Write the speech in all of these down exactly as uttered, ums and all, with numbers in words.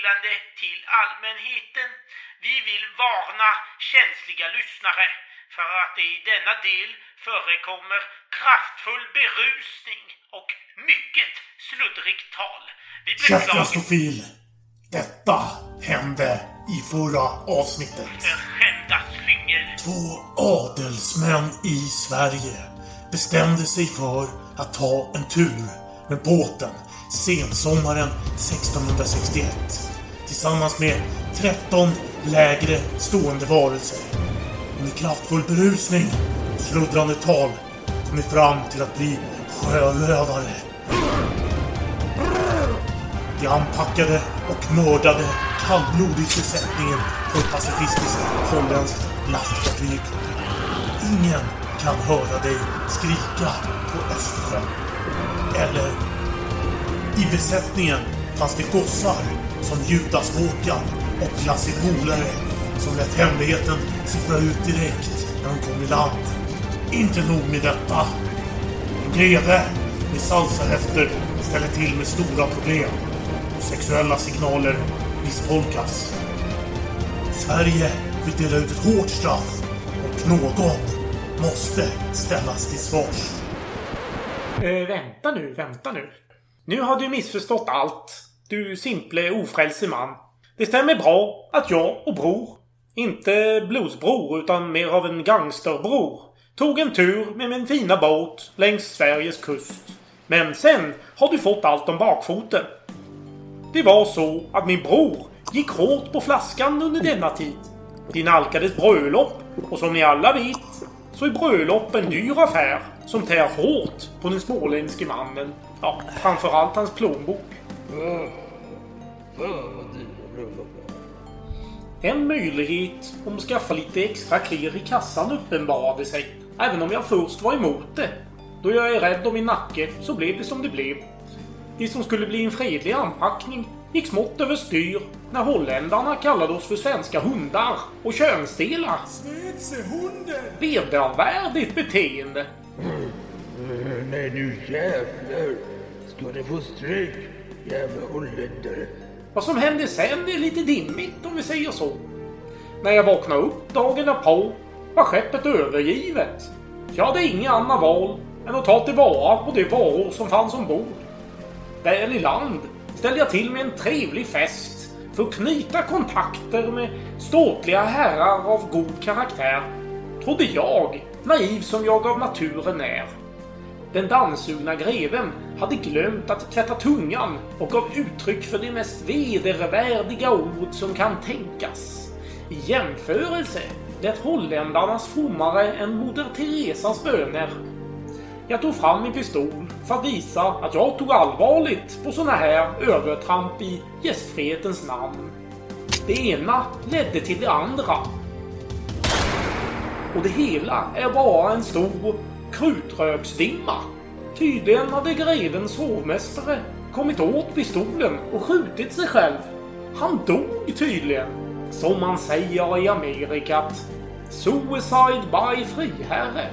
meddelande till allmänheten. Vi vill varna känsliga lyssnare för att det i denna del förekommer kraftfull berusning och mycket sluddrigt tal. Vi Käftrastofil! Detta hände i förra avsnittet. Förskända slyngel. Två adelsmän i Sverige bestämde sig för att ta en tur med båten sensommaren sextonhundrasextioett tillsammans med tretton lägre stående varelser. Med kraftfull berusning och sluddrande tal kom vi fram till att bli sjörövare. De anpackade och mördade kallblodigt besättningen på ett pacifistiskt holländskt lastfartyg. Ingen kan höra dig skrika på Östersjön. Eller i besättningen fanns det gossar som Judas Håkan och Lasse Bolare som lät hemligheten sippra ut direkt när de kom i land. Inte nog med detta. En greve med salsahäfter ställer till med stora problem. Sexuella signaler misstolkas. Sverige vill dela ut ett hårt straff och någon måste ställas till svars. Äh, vänta nu, vänta nu. Nu har du missförstått allt. Du simple ofrälse man. Det stämmer bra att jag och bror, inte bluesbror utan mer av en gangsterbror, tog en tur med min fina båt längs Sveriges kust. Men sen har du fått allt om bakfoten. Det var så att min bror gick hårt på flaskan under denna tid. Det nalkades bröllop och som ni alla vet så är bröllop en dyr affär som tär hårt på den småländske mannen. Ja, framförallt hans plånbok. En möjlighet om att skaffa lite extra klirr i kassan uppenbarade sig. Även om jag först var emot det. Då jag är rädd om min nacke så blev det som det blev. Det som skulle bli en fredlig anpackning gick smått över styr när holländarna kallade oss för svenska hundar och könsdelar. Svetsehunden! Vedervärdigt beteende. Mm. Mm, nej nu jävlar. Ska det få stryk, jävla holländare. Vad som hände sen är lite dimmigt om vi säger så. När jag vaknade upp dagen därpå var skeppet övergivet. Jag hade ingen annan val än att ta tillvara på de varor som fanns ombord. Väl i land ställde jag till med en trevlig fest för att knyta kontakter med ståtliga herrar av god karaktär. Trodde jag, naiv som jag av naturen är. Den danssugna greven hade glömt att tvätta tungan och gav uttryck för de mest vedervärdiga ord som kan tänkas. I jämförelse lät holländarnas frommare än Moder Teresas böner. Jag tog fram min pistol för att visa att jag tog allvarligt på såna här övertramp i gästfrihetens namn. Det ena ledde till det andra. Och det hela är bara en stor krutröksdimma. Tydligen hade grevens hovmästare kommit åt pistolen och skjutit sig själv. Han dog tydligen. Som man säger i Amerikat. Suicide by friherre.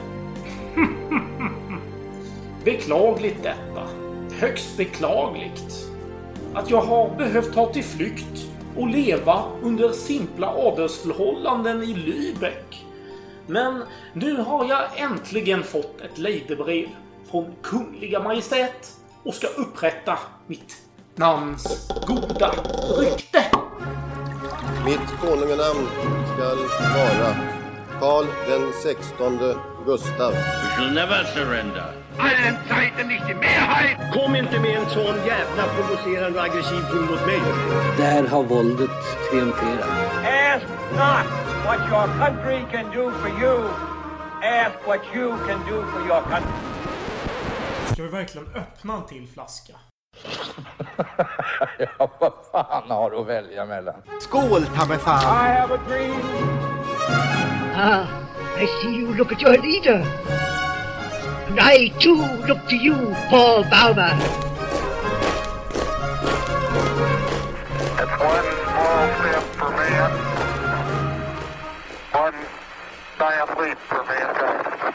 Beklagligt detta. Högst beklagligt. Att jag har behövt ta till flykt och leva under simpla adelsförhållanden i Lübeck. Men nu har jag äntligen fått ett lejdebrev från Kungliga Majestät och ska upprätta mitt namns goda rykte. Mitt konunganamn skall vara Karl den sextonde Gustav. We shall never surrender. Allen Zeiten nicht die Mehrheit! Kom inte med en sån jävla provocerande och aggressiv ton mot mig. Där har våldet triumferat. Ask not what your country can do for you. Ask what you can do for your country. Ska vi verkligen öppna en till flaska? Ja, vad fan har du att välja mellan? Skål, ta mig fan! I have a dream. Ah, I see you look at your leader. And I too look to you, Paul Bauma. It's one small step for man, one giant leap for mankind.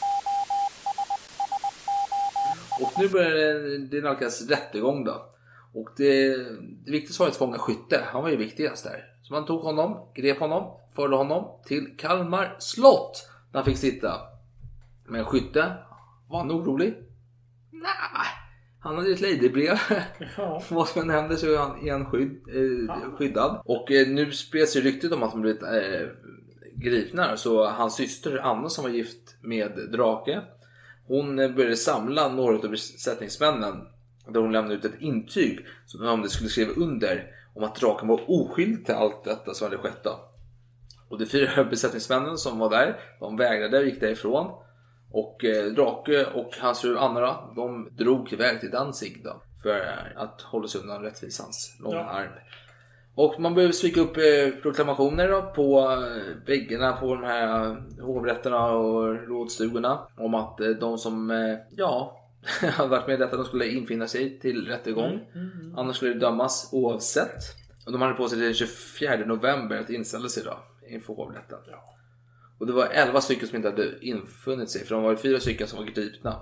Och nu börjar det, det nalkas rättegång då. Och det, det viktigaste var att fånga Skytte. Han var ju viktigast där. Så man tog honom, grep honom, förde honom till Kalmar slott. Där han fick sitta. Men Skytte var han orolig? Nej, han hade ett lejdebrev. Ja. Vad som än hände så är han igen skydd, eh, ja. skyddad. Och eh, nu spreds ju ryktet om att han blivit eh, gripna. Så hans syster Anna som var gift med Drake, hon eh, började samla några av besättningsmännen. Där hon lämnade ut ett intyg som om det skulle skriva under om att Draken var oskyldig till allt detta som hade skett då. Och de fyra besättningsmännen som var där, de vägrade och gick därifrån. Och eh, Drake och hans fru Anna, de drog iväg till Danzig då, för att hålla sig undan rättvisans långa ja. arm. Och man började svika upp eh, proklamationer då, på eh, väggarna på de här eh, hovrätterna och rådstugorna om att eh, de som eh, ja hade varit med i detta, de skulle infinna sig till rättegång. Mm, mm, mm. Annars skulle det dömas oavsett. Och de hade på sig den tjugofjärde november att inställa sig då inför hovrätten. Ja. Och det var elva stycken som inte hade infunnit sig, för de var fyra stycken som var gripna.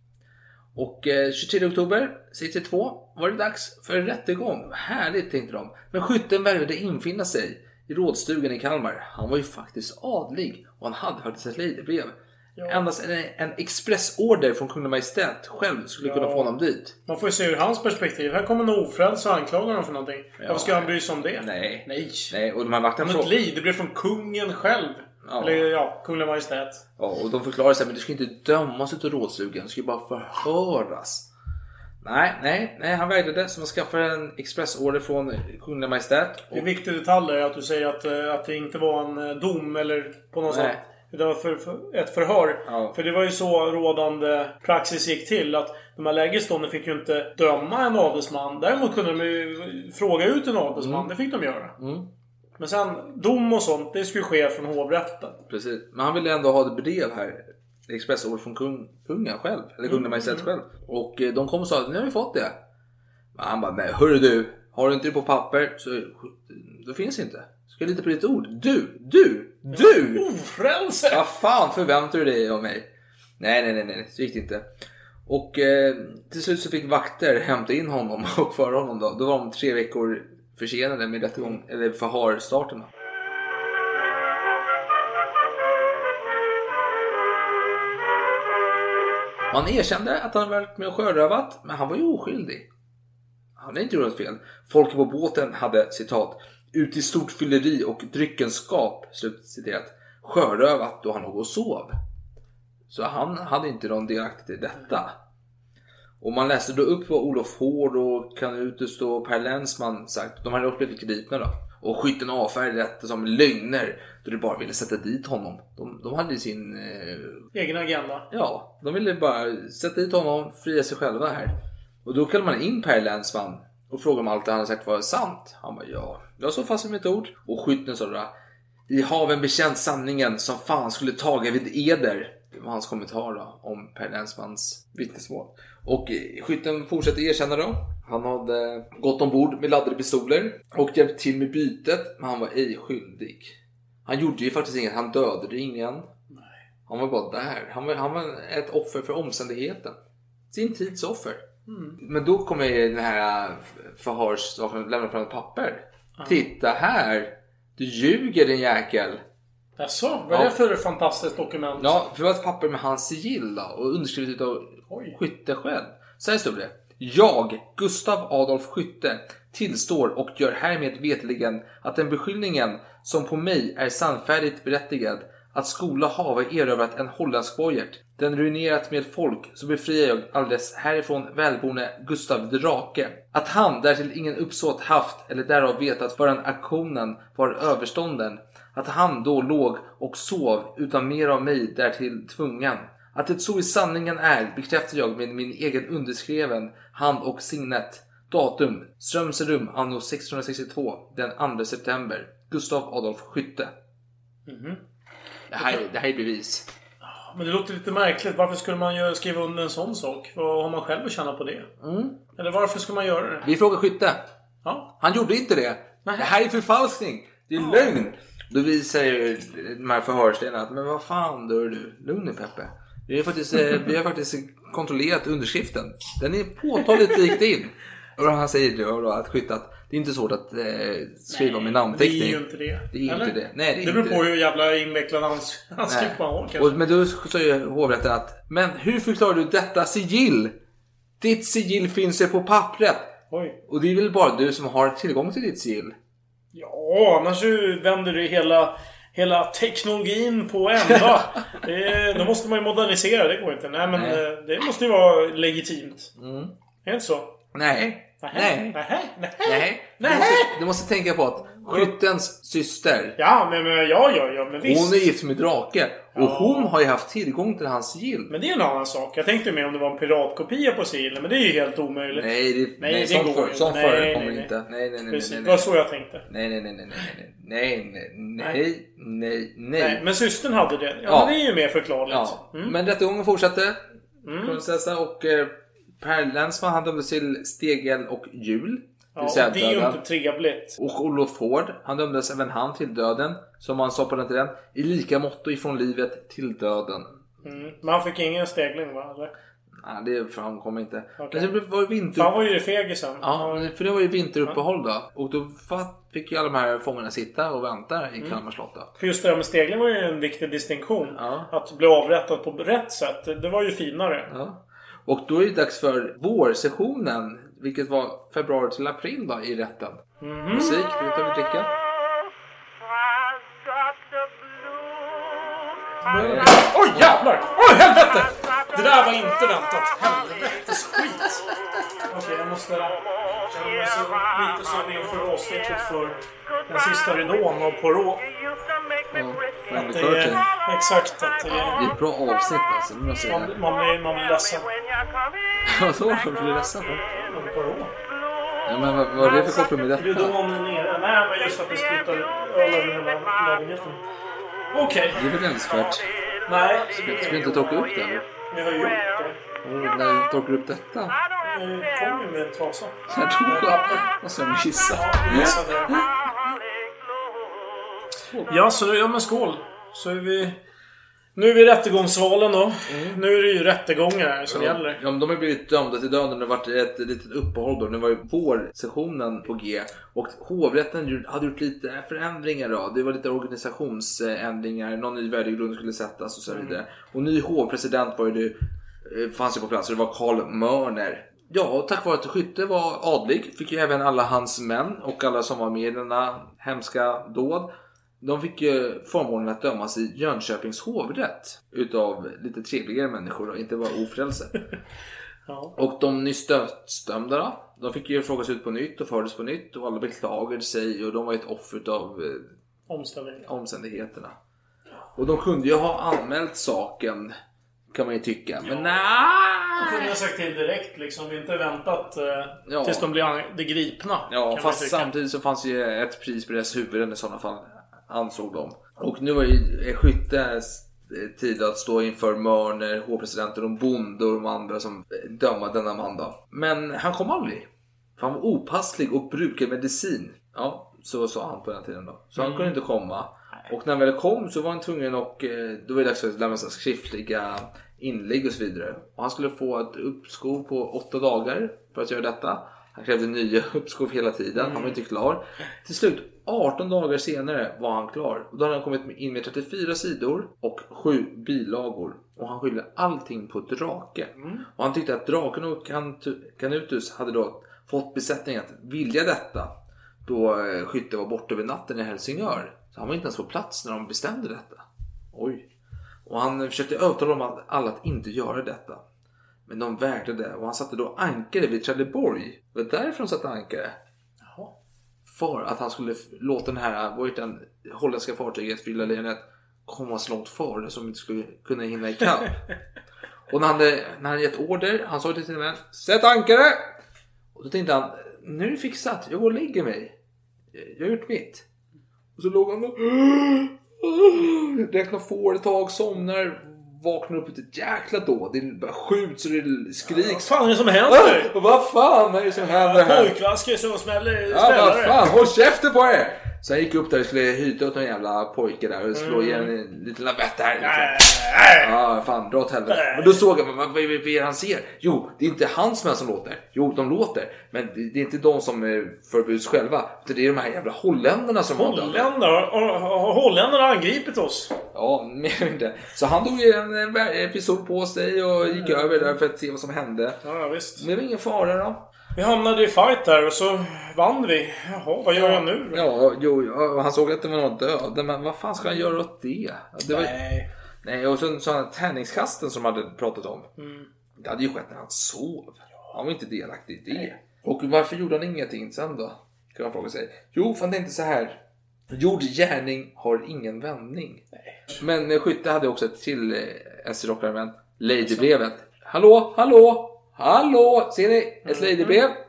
Och eh, tjugotredje oktober sextiotvå var det dags för en rättegång. Härligt, tänkte de. Men skytten vägrade infinna sig i rådstugan i Kalmar. Han var ju faktiskt adlig och han hade faktiskt ett lejdebrev. Ja. Endast en, en expressorder från Kungl. Majestät själv skulle ja. kunna få honom dit. Man får ju se ur hans perspektiv. Här kommer en ofrälst och anklagar honom för någonting. Ja. Varför ska han bry sig om det? Nej. Nej. Nej. Och de här vakterna från... Det blev från kungen själv. Ja. Eller ja, Kungl. Majestät. Ja, och de förklarar sig, men det ska inte dömas ut av rådstugan. Det ska bara förhöras. Nej, nej, nej, han vägrade. Så man skaffade en expressorder från Kungl. Majestät. Och... Det är viktig detalj är att du säger att, att det inte var en dom eller på något sätt. Det var för, för ett förhör. Ja. För det var ju så rådande praxis gick till. Att de här lägesstånden fick ju inte döma en adelsman. Däremot kunde de ju fråga ut en adelsman. Mm. Det fick de göra. Mm. Men sen dom och sånt, det skulle ske från hovrätten. Precis. Men han ville ändå ha det brev här. Expressord från kung, kungen själv. Eller Kungl. Majestät mm. själv. Och eh, de kom och sa att nu har vi fått det. Men han bara, nej hörru du. Har du inte det på papper så då finns det inte. Ska jag lita på ditt ord? Du, du, du! Ofrälse! Vad fan förväntar du dig av mig? Nej, nej, nej, nej. Så gick det inte. Och eh, till slut så fick vakter hämta in honom och föra honom då. Då var de tre veckor försenade med rättegång, eller förhörstarterna. Man erkände att han varit med och sjörövat, men han var ju oskyldig. Han hade inte gjort något fel. Folket på båten hade, citat, ut i stort fylleri och dryckenskap, slut citerat, sjörövat då han låg och sov. Så han hade inte någon delaktighet i detta. Och man läste då upp vad Olof Hård och Canutus och Per Länsman sagt. De hade också blivit gripna då. Och skytten avfärdade detta som lögner då de bara ville sätta dit honom. De, de hade sin... Eh... egen agenda. Ja, de ville bara sätta dit honom, fria sig själva här. Och då kallade man in Per Länsman och frågade om allt det han hade sagt var sant. Han bara, ja, jag såg fast med mitt ord. Och skytten sa då, i haven bekänt sanningen som fan skulle taga vid eder. Det var hans kommentar då, om Per Länsmans vittnesmål. Och skytten fortsatte erkänna då. Han hade gått ombord med laddade pistoler och hjälpt till med bytet, men han var ej skyldig. Han gjorde ju faktiskt inget, han dödade ingen. Nej. Han var bara där. Han var, han var ett offer för omständigheten. Sin tids offer. Mm. Men då kommer den här förhörssaken, lämna fram ett papper. Ah. Titta här, du ljuger din jäkel. Jaså, vad är det för fantastiskt dokument? Ja, för det var ett papper med hans sigill och underskrivet av Skytte själv. Så här stod det. Jag, Gustav Adolf Skytte, tillstår och gör härmed vetligen att den beskyllningen som på mig är sannfärdigt berättigad att skola hava erövrat en holländsk bojert, den ruinerat med folk, så befriar jag alldeles härifrån välborne Gustav Drake. Att han därtill ingen uppsåt haft eller därav vetat förrän aktionen var överstånden, att han då låg och sov utan mer av mig därtill tvungen. Att det så i sanningen är bekräftar jag med min egen underskreven hand och signet. Datum Strömserum anno sextonhundrasextiotvå, den andra september. Gustav Adolf Skytte. Mm-hmm. Det, här, det här är bevis. Men det låter lite märkligt. Varför skulle man göra, skriva under en sån sak? Vad har man själv att känna på det? Mm. Eller varför ska man göra det? Vi frågar Skytte. Ja. Han gjorde inte det. Nej. Det här är förfalskning. Det är ja. lögn. Då visar ju de här förhörsledarna att men vad fan dör du? Lugn nu Peppe. Vi har faktiskt, vi har faktiskt kontrollerat underskriften. Den är påtagligt rikt in. Och han säger då att skytt att det är inte svårt att eh, skriva Nej, med namnteckning. Det är ju inte det. Det är inte det. Nej, det, är det beror inte på det. hur jävla invecklad hans, hans skrift man har kanske. Och, men då säger hovrätten att men hur förklarar du detta sigill? Ditt sigill finns ju på pappret. Oj. Och det är väl bara du som har tillgång till ditt sigill? Ja, annars vänder du hela, hela teknologin på ända. det, då måste man ju modernisera, det går inte. Nej, men Nej. det måste ju vara legitimt. Mm. Är det inte så? Nej. Nej. Nej. Nej. Nej. Nej. Du, måste, du måste tänka på att skyttens syster. Ja, men, men ja, ja, ja, men visst. Hon är gift med drake. Och ja. hon har ju haft tillgång till hans sigill. Men det är en annan sak. Jag tänkte mer om det var en piratkopia på sigillen. Men det är ju helt omöjligt. Nej, det, nej, nej, det sånt, går för, sånt nej, förekommer nej, nej. inte. Nej, nej, nej. Precis, nej, nej. det var så jag tänkte. Nej, nej, nej, nej, nej, nej, nej, nej, nej, nej. nej men systern hade det. Ja, ja. Men det är ju mer förklarligt. Ja. Mm. Men rättegången fortsatte. Mm. Prinsessa och eh, Per Länsman, han dömdes till stegel och jul. Ja, det, det är ju inte trevligt. Och Olof Ford, han dömdes även han till döden, som han sa på den tiden, i lika mått ifrån livet till döden. Mm. Men han fick ingen stegling, va? Eller? Nej, det framkom inte. Okay. Men det var ju vinter... Han var ju fegisen. Ja, för det var ju vinteruppehåll då. Och då fick ju alla de här fångarna sitta och vänta i Kalmar slott då. För just det här med stegling var ju en viktig distinktion. Ja. Att bli avrättad på rätt sätt, det var ju finare. Ja. Och då är det dags för vårsessionen, vilket var februari till april då, i rätten. Mm-hmm. Musik, vi tar vi dricka. Oj jävlar! Oj helvete! Det där var inte väntat. Helvetes skit. Okej, okay, jag måste känna mig så, lite som inför avsnittet för den sista ridån av Poirot. Ja, att det är, exakt att det är... Det är ett bra avsnitt alltså. Man, man, blir, man blir ledsen. Vad så? Man blir ledsen för? Poirot. Ja, men vad, vad är det för koppling med detta? Ridån är nere. Nej, men just att det sprutar öl över hela lägenheten. Okej. Okay. Det är väl önskvärt. Nej. Ska vi inte torka upp det eller? Vi har gjort det. Oh, när torkar upp detta? Det kom ju med en trasa. Jag tror jag. Och sen missa. Ja, missade. Ja, så ja, men skål. Så är vi... Nu är vi i rättegångssalen då. Mm. Nu är det ju rättegångar som ja. gäller. Ja, men de har blivit dömda till döden. Det har varit ett litet uppehåll då. Det var ju vårsessionen på G. Och hovrätten hade gjort lite förändringar då. Det var lite organisationsändringar. Någon ny värdegrund skulle sättas och så vidare. Mm. Och ny hovpresident var ju det, fanns ju på plats. Och det var Carl Mörner. Ja, och tack vare att Skytte var adlig fick ju även alla hans män och alla som var med i denna hemska dåd. De fick ju förmånen att dömas i Jönköpings hovrätt utav lite trevligare människor och inte bara ofrälse. Ja. Och de nyss dödsdömda då, de fick ju frågas ut på nytt och fördes på nytt och alla beklagade sig och de var ett offer av eh, omständigheterna. omständigheterna. Och de kunde ju ha anmält saken, kan man ju tycka. Ja. Men nej! De kunde ha sagt till direkt liksom, inte väntat eh, ja. tills de blev gripna. Ja, fast samtidigt så fanns ju ett pris på deras huvuden i sådana fall, ansåg de. Och nu var ju Skyttes tid att stå inför Mörner, hovpresidenten och Bonde och de andra som dömde denna man då. Men han kom aldrig. För han var opasslig och brukade medicin. Ja, så sa han på den tiden då. Så mm. han kunde inte komma. Och när han väl kom så var han tvungen och då var det dags för att lämna skriftliga inlägg och så vidare. Och han skulle få ett uppskov på åtta dagar för att göra detta. Han krävde nya uppskov hela tiden. Mm. Han var inte klar. Till slut, arton dagar senare var han klar. Och då hade han kommit in med trettiofyra sidor och sju bilagor. Och han skyllde allting på drake. Mm. Och han tyckte att draken och Canutus hade då fått besättningen att vilja detta. Då Skytte var borta över natten i Helsingör. Så han var inte ens på plats när de bestämde detta. Oj. Och han försökte övertala dem att alla att inte göra detta. Men de vägrade och han satte då ankare vid Trelleborg. Det var därför de satte ankare. Jaha. För att han skulle låta den här var den holländska fartyget Fylla Lejonet komma så långt före som inte skulle kunna hinna ikapp. Och när han, när han gett order, han sa till sina män, sätt ankare! Och då tänkte han, nu är det fixat, jag går och lägger mig. Jag har gjort mitt. Och så låg han och räknar får ett tag, somnar, vaknar upp ett jäkla då. Det bara skjuts och det skriks. Ja, vad fan är det som händer? Ah, vad fan är det som händer här? Pojkvaskar som smäller. Ja, vad fan, håll käften på er! Så han gick upp där och skulle hyta åt någon jävla pojke där och slå igen en liten lavett där. Liksom. Ja, fan, dra åt helvete. Men då såg jag, vad, vad, vad är det han ser? Jo, det är inte hans män som låter. Jo, de låter. Men det, det är inte de som är förbuds själva. Det är de här jävla holländarna som har dödat. Holländare? Har holländarna angripit oss? Ja, mer eller mindre. Så han tog ju en episod på sig och gick mm. över där för att se vad som hände. Ja, visst. Men det var ingen fara då. Vi hamnade i fight där och så vann vi. Jaha, vad gör jag nu då? Ja, jo, han såg att det var någon död. Men vad fan ska han göra åt det? det var... Nej. Nej, och så sådana tärningskasten som hade pratat om. Mm. Det hade ju skett när han sov. Han var inte delaktig i det. Nej. Och varför gjorde han ingenting sen då? Kan man fråga sig. Jo, för han tänkte så här. Gjord gärning har ingen vändning. Nej. Men Skytte hade också ett till eh, S C-rockarvän. Ladybrevet. Hallå, hallå, hallå. Ser ni ett ladybrev? Mm.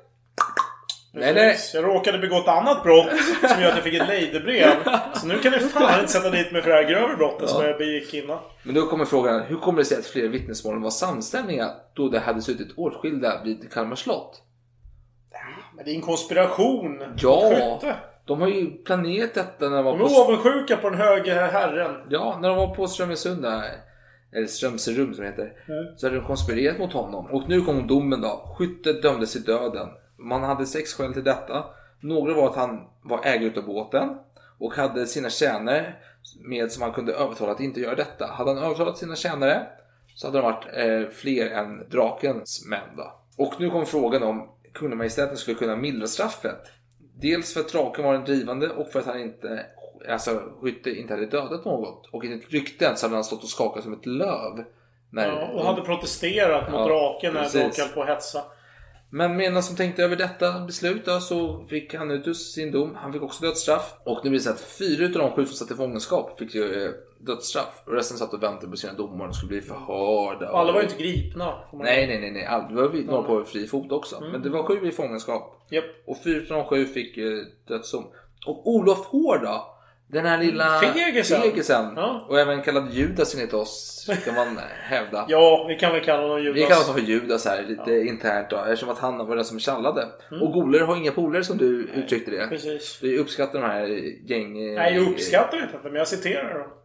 Nej, nej. Jag råkade begå ett annat brott som gör att jag fick ett ladybrev. Så nu kan ni fan inte sätta dit mig för det här grövre brottet ja. som jag begick innan. Men då kommer frågan, hur kommer det sig att fler vittnesmål var samstämmiga då det hade suttit åtskilda vid Kalmar slott? Ja, men det är en konspiration. Ja, Skytte. De har ju planerat detta när de var de är på... avundsjuka på den höga herren. Ja, när de var på Strömsunda, eller Strömserum som det heter, mm. så hade de konspirerat mot honom. Och nu kom domen då. Skytte dömdes i döden. Man hade sex skäl till detta. Några var att han var ägare av båten och hade sina tjänare med som han kunde övertala att inte göra detta. Hade han övertalat sina tjänare så hade de varit eh, fler än drakens män då. Och nu kom frågan om kungamajestäten skulle kunna mildra straffet. Dels för att draken var en drivande och för att han inte, alltså Skytte inte hade dödat något. Och enligt rykten så hade han stått och skakat som ett löv. När, ja, och hade protesterat mot ja, draken när draken på hetsa. Men medan som tänkte över detta beslut då, så fick han ut sin dom. Han fick också dödsstraff. Och nu blir det så att fyra av de sju som satt i fångenskap fick ju eh, dödsstraff. Och resten satt och väntade på sina domar och skulle bli förhörda. Alla var ju inte gripna. Nej, nej, nej. nej. All, det var vi några på fri fot också. Mm. Men det var sju i fångenskap. Yep. Och fyra av de sju fick eh, dödsdom. Och Olof Hård då? Den här lilla fegisen, fegisen. Ja. Och även kallad Judas enligt oss, kan man hävda. Ja, vi kan väl kalla honom Judas. Vi kallar honom för Judas här, lite ja. internt då, eftersom att han var den som tjallade. Mm. Och goler har inga polare som du Nej, uttryckte det. Precis. Vi uppskattar de här gäng... Nej, jag uppskattar inte, men jag citerar dem.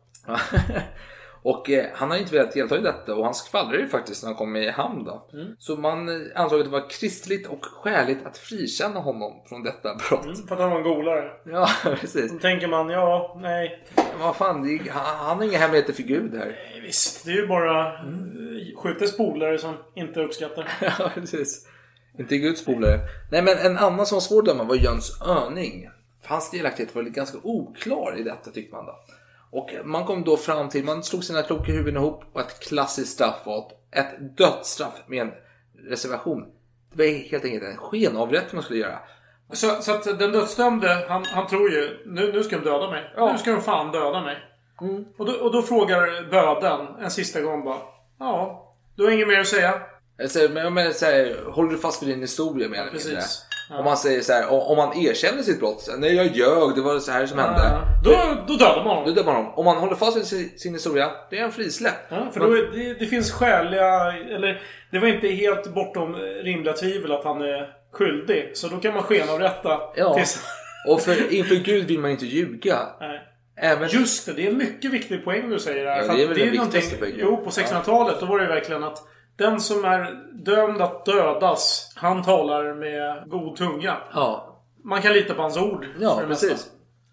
Och eh, han har inte velat delta i detta och han skvallrade ju faktiskt när han kom i hamn då. Mm. Så man eh, ansåg att det var kristligt och skäligt att frikänna honom från detta brott. Mm, för att han var en golare. Ja, precis. Då tänker man, ja, nej. Men vad fan, det är, han, han har inga hemligheter för Gud här. Nej, visst, det är ju bara mm. Skyttes polare som inte uppskattar. Ja, precis. Inte Guds polare. Nej, men en annan som var svår att döma var Jöns Öning. Hans delaktighet var lite ganska oklar i detta, tyckte man då. Och man kom då fram till, man slog sina kloka huvuden ihop och ett klassiskt straff var ett dödsstraff med en reservation. Det var helt enkelt en skenavrättning man skulle göra. Så, så att den dödsdömde, han, han tror ju, nu, nu ska de döda mig. Ja. Nu ska de fan döda mig. Mm. Och, då, och då frågar böden en sista gång bara, ja, du har inget mer att säga. Jag säger, men, men säger, håller du fast vid din historia med? Ja, precis. Ja. Om man säger så här, om man erkänner sitt brott, nej jag ljög, det var så här som ja. hände. Då, då dödar man honom. Då dödar man honom. Om man håller fast vid sin, sin historia, det är en frisläpp. Ja, för då är, det, det finns skäliga, eller det var inte helt bortom rimliga tvivel att han är skyldig. Så då kan man skenavrätta. Ja, tills... och för, inför Gud vill man inte ljuga. Nej. Även... Just det, det är en mycket viktig poäng du säger här. Ja, för det är väl det är den viktigaste poängen. Jo, på sextonhundratalet då var det verkligen att den som är dömd att dödas, han talar med god tunga. Ja. Man kan lita på hans ord. Ja, för precis.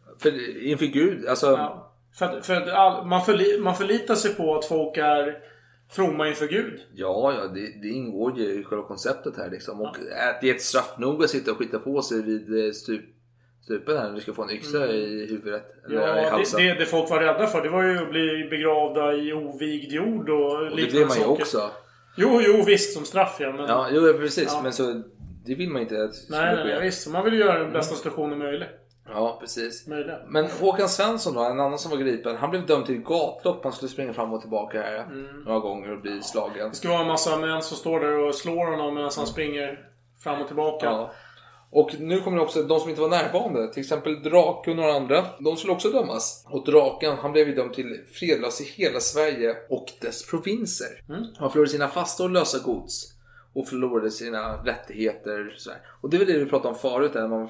För inför Gud, alltså... Ja. För, för all, man, förli, man förlitar sig på att folk är fromma inför Gud. Ja, ja det, det ingår ju i själva konceptet här liksom. Och ja. Det är ett straff nog att sitta och skita på sig vid stup, stupen här när du ska få en yxa mm. i huvudet. Eller ja, i halsen. Det, det, det folk var rädda för, det var ju att bli begravda i ovigd jord och, och det blir man ju också. Jo, jo, visst som straff, ja. Men... Ja, jo, precis. Ja. Men så, det vill man inte att nej, nej, nej, visst. Man vill göra den bästa situationen möjlig. Ja, precis. Möjlig. Men Håkan Svensson då, en annan som var gripen, han blev dömd till gatlopp. Han skulle springa fram och tillbaka här mm. några gånger och bli slagen. Det ska vara en massa män som står där och slår honom medan han springer fram och tillbaka. Ja. Och nu kommer det också de som inte var närvarande, till exempel Draken och några andra. De skulle också dömas. Och Draken, han blev ju dömd till fredlös i hela Sverige och dess provinser. Mm. Han förlorade sina fasta och lösa gods och förlorade sina rättigheter. Så här. Och det är väl det vi pratade om förut, där man,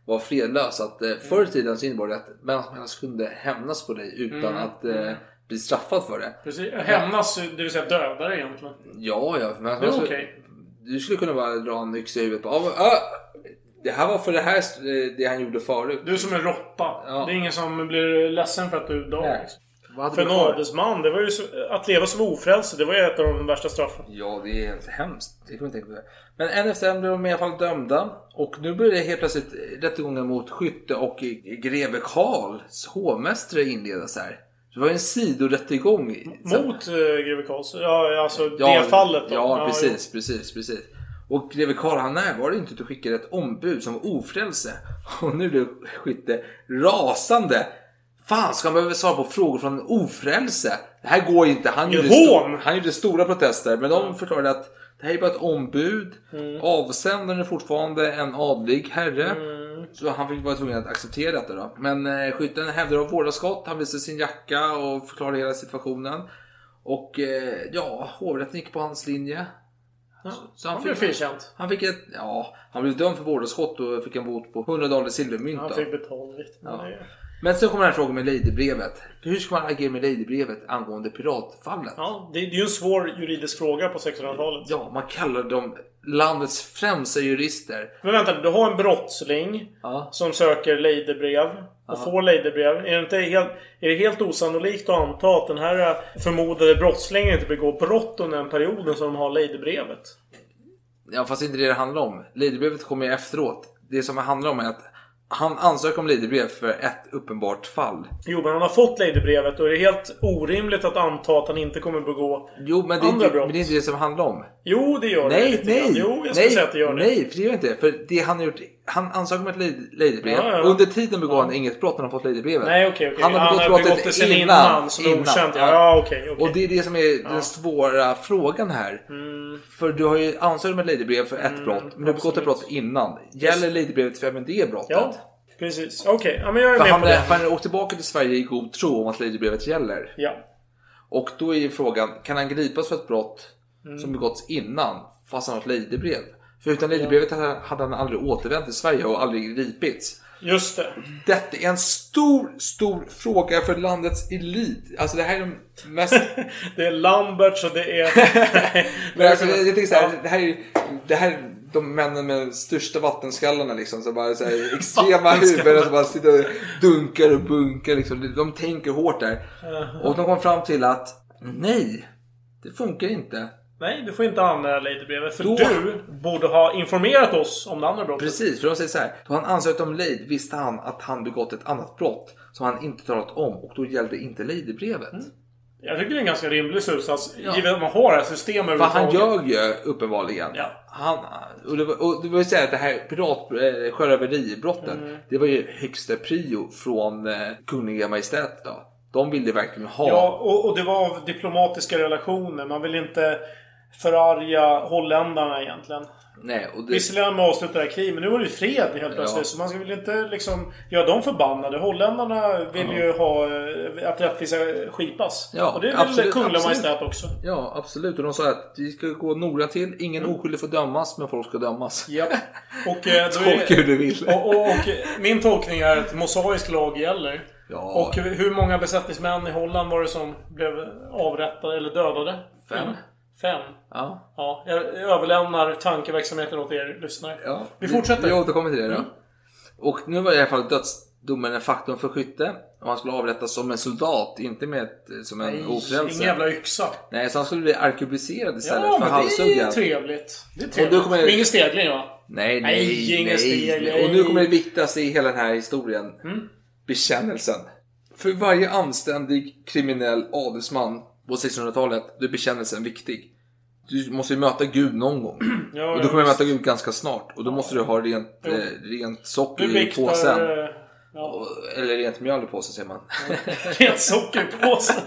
var fredlös. Att eh, förr i tiden så innebar det att vem som helst kunde hämnas på dig utan mm. att eh, bli straffad för det. Precis, hämnas, det vill säga döda dig egentligen. Ja, ja. Men det är okej. Okay. Du skulle kunna bara dra en yxa i huvudet på. Ah, det här var för det här det han gjorde förut. Du är som en råtta. Ja. Det är ingen som blir ledsen för att du dör. För en adelsman, det var ju så, att leva som ofrälse, det var ju ett av de värsta straffen. Ja, det är hemskt. Det kan man tänka på det. Men en efter en blev de i alla fall dömda. Och nu började det helt plötsligt rättegången mot skytte och greve Karls hovmästare inledas här. Det var ju en sidorättegång. Mot uh, greve Karls? Ja, alltså ja, det fallet då. Ja, ja precis, ja. precis, precis. Och greve Karl, han närvarade inte att skicka ett ombud som var ofrälse. Och nu blev skytte rasande. Fan, ska man behöva svara på frågor från en ofrälse? Det här går inte. Han gjorde, sto- han gjorde stora protester. Men de förklarade att det här är bara ett ombud. Mm. Avsändaren är fortfarande en adlig herre. Mm. Så han fick vara tvungen att acceptera detta då. Men eh, skytten hävdade av vårda skott. Han visade sin jacka och förklarade hela situationen. Och eh, ja, hovrätten gick på hans linje. Ja, så, så han, han fick, blev frikänt. Han fick ett, ja, han blev dömd för vårdaskott och fick en bot på hundra dollar silvermynt. Han fick betaligt. Ja. Men så kommer den här frågan med Ladybrevet. Hur ska man agera med Ladybrevet angående piratfallet? Ja, det är ju en svår juridisk fråga på sextonhundratalet. Ja, man kallar dem landets främsta jurister. Men vänta, du har en brottsling ja. som söker Ladybrev och ja. får Ladybrev. Är det, inte helt, är det helt osannolikt att anta att den här förmodade brottslingen inte begår brott under den perioden som de har Ladybrevet? Ja, fast inte det det handlar om. Ladybrevet kommer ju efteråt. Det som det handlar om är att han ansöker om Ladybrev för ett uppenbart fall. Jo, men han har fått Ladybrevet och det är helt orimligt att anta att han inte kommer begå jo, men det är andra inte, brott. Men det är inte det som handlar om. Jo, det gör nej, det. Nej, jo, jag nej, säga att det gör det. Nej, för det gör inte. För det han har gjort, han ansöker om ett Ladybrev. Ja, ja. Under tiden begår ja. han inget brott när han fått Ladybrevet. Nej, okej, okej. Han har begått, han har begått det sen innan, innan som innan. Okänt. Ja, ja okej, okej. Och det är det som är ja. den svåra frågan här. Mm. För du har ju ansökt om ett Ladybrev för ett mm, brott, men du har begått ett brott innan. Gäller Ladybrevet för även det brottet? Ja. Precis, okej. Okay. Ja, men jag är för med han, på det. Han åkte tillbaka till Sverige i god tro om att Ladybrevet gäller. Ja. Och då är ju frågan, kan han gripas för ett brott mm. som begåtts innan fast han har ett Ladybrev? För utan Ladybrevet ja. hade han aldrig återvänt till Sverige och aldrig gripits. Just det. Detta är en stor, stor fråga för landets elit. Alltså det här är de mest... det är Lambert så det är... men alltså, jag tänker så här, det här är... Det här de männen med största vattenskallarna liksom, så bara så här, extrema huvuden som bara sitter och dunkar och bunkar liksom. De tänker hårt där. Uh-huh. Och de kom fram till att nej, det funkar inte. Nej, du får inte använda Ladybrevet. För då, du borde ha informerat oss om det andra brottet. Precis, för de säger så här. Då han ansökt om Lady visste han att han begått ett annat brott som han inte talat om. Och då gällde inte Ladybrevet. Mm. Jag tycker det är en ganska rimlig slutsats. Ja. Givet att man har det här systemet. För han gör ju uppenbarligen. Ja. Han, och det var, och det var ju säga att det här pirat, äh, sjöröveribrottet mm. det var ju högsta prio från äh, Kungliga Majestät då. De ville verkligen ha. Ja, och, och det var av diplomatiska relationer. Man vill inte förarga holländarna egentligen. Nej, och det... Visserligen med avsluta det här kriget, men nu var det ju fred helt plötsligt. Ja. Så man ska väl inte liksom göra dem förbannade. Holländarna vill ja. ju ha att rättvisa skipas. Ja, och det är väl Kungliga Majestät också. Ja, absolut. Och de sa att vi ska gå noga till. Ingen mm. oskyldig får dömas, men folk ska dömas. Ja. Och, då är... Tolka hur du vill. Och, och, och min tolkning är att mosaisk lag gäller. Ja. Och hur många besättningsmän i Holland var det som blev avrättade eller dödade? Fem. Mm. Fem. Ja. Ja, jag överlämnar tankeverksamheten åt er lyssnare. Ja. Vi fortsätter. Vi återkommer till det då. Mm. Och nu var i alla fall dödsdomen en faktum för skytte. Och han skulle avrättas som en soldat, inte med ett, som en ofrälse. Ingen jävla yxa. Nej, så han skulle bli arkebuserad istället ja, för halshuggen. Ja, det är trevligt. Det är trevligt. Och kommer... Ingen stegling va? Nej, nej, nej, ingen nej. Stegling. Och nu kommer det viktigaste i hela den här historien. Mm. Bekännelsen. För varje anständig kriminell adelsman på sextonhundratalet, då är bekännelsen viktig. Du måste ju möta Gud någon gång. Ja, och du kommer ja, möta Gud ganska snart. Och då måste du ha rent, eh, rent socker i viktar, påsen. Ja. Eller rent mjöl i påsen, säger man. Ja. Rent socker i påsen.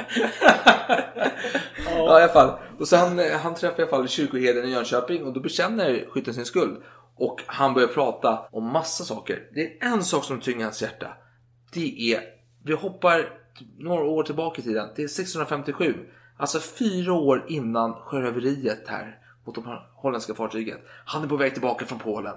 ja. ja, i alla fall. Och så han, han träffar i alla fall kyrkoherden i Jönköping. Och då bekänner skytten sin skuld. Och han börjar prata om massa saker. Det är en sak som tynger hans hjärta. Det är, vi hoppar några år tillbaka i tiden. Det är sextonhundrafemtiosju. Alltså fyra år innan sjöröveriet här mot de holländska fartyget. Han är på väg tillbaka från Polen.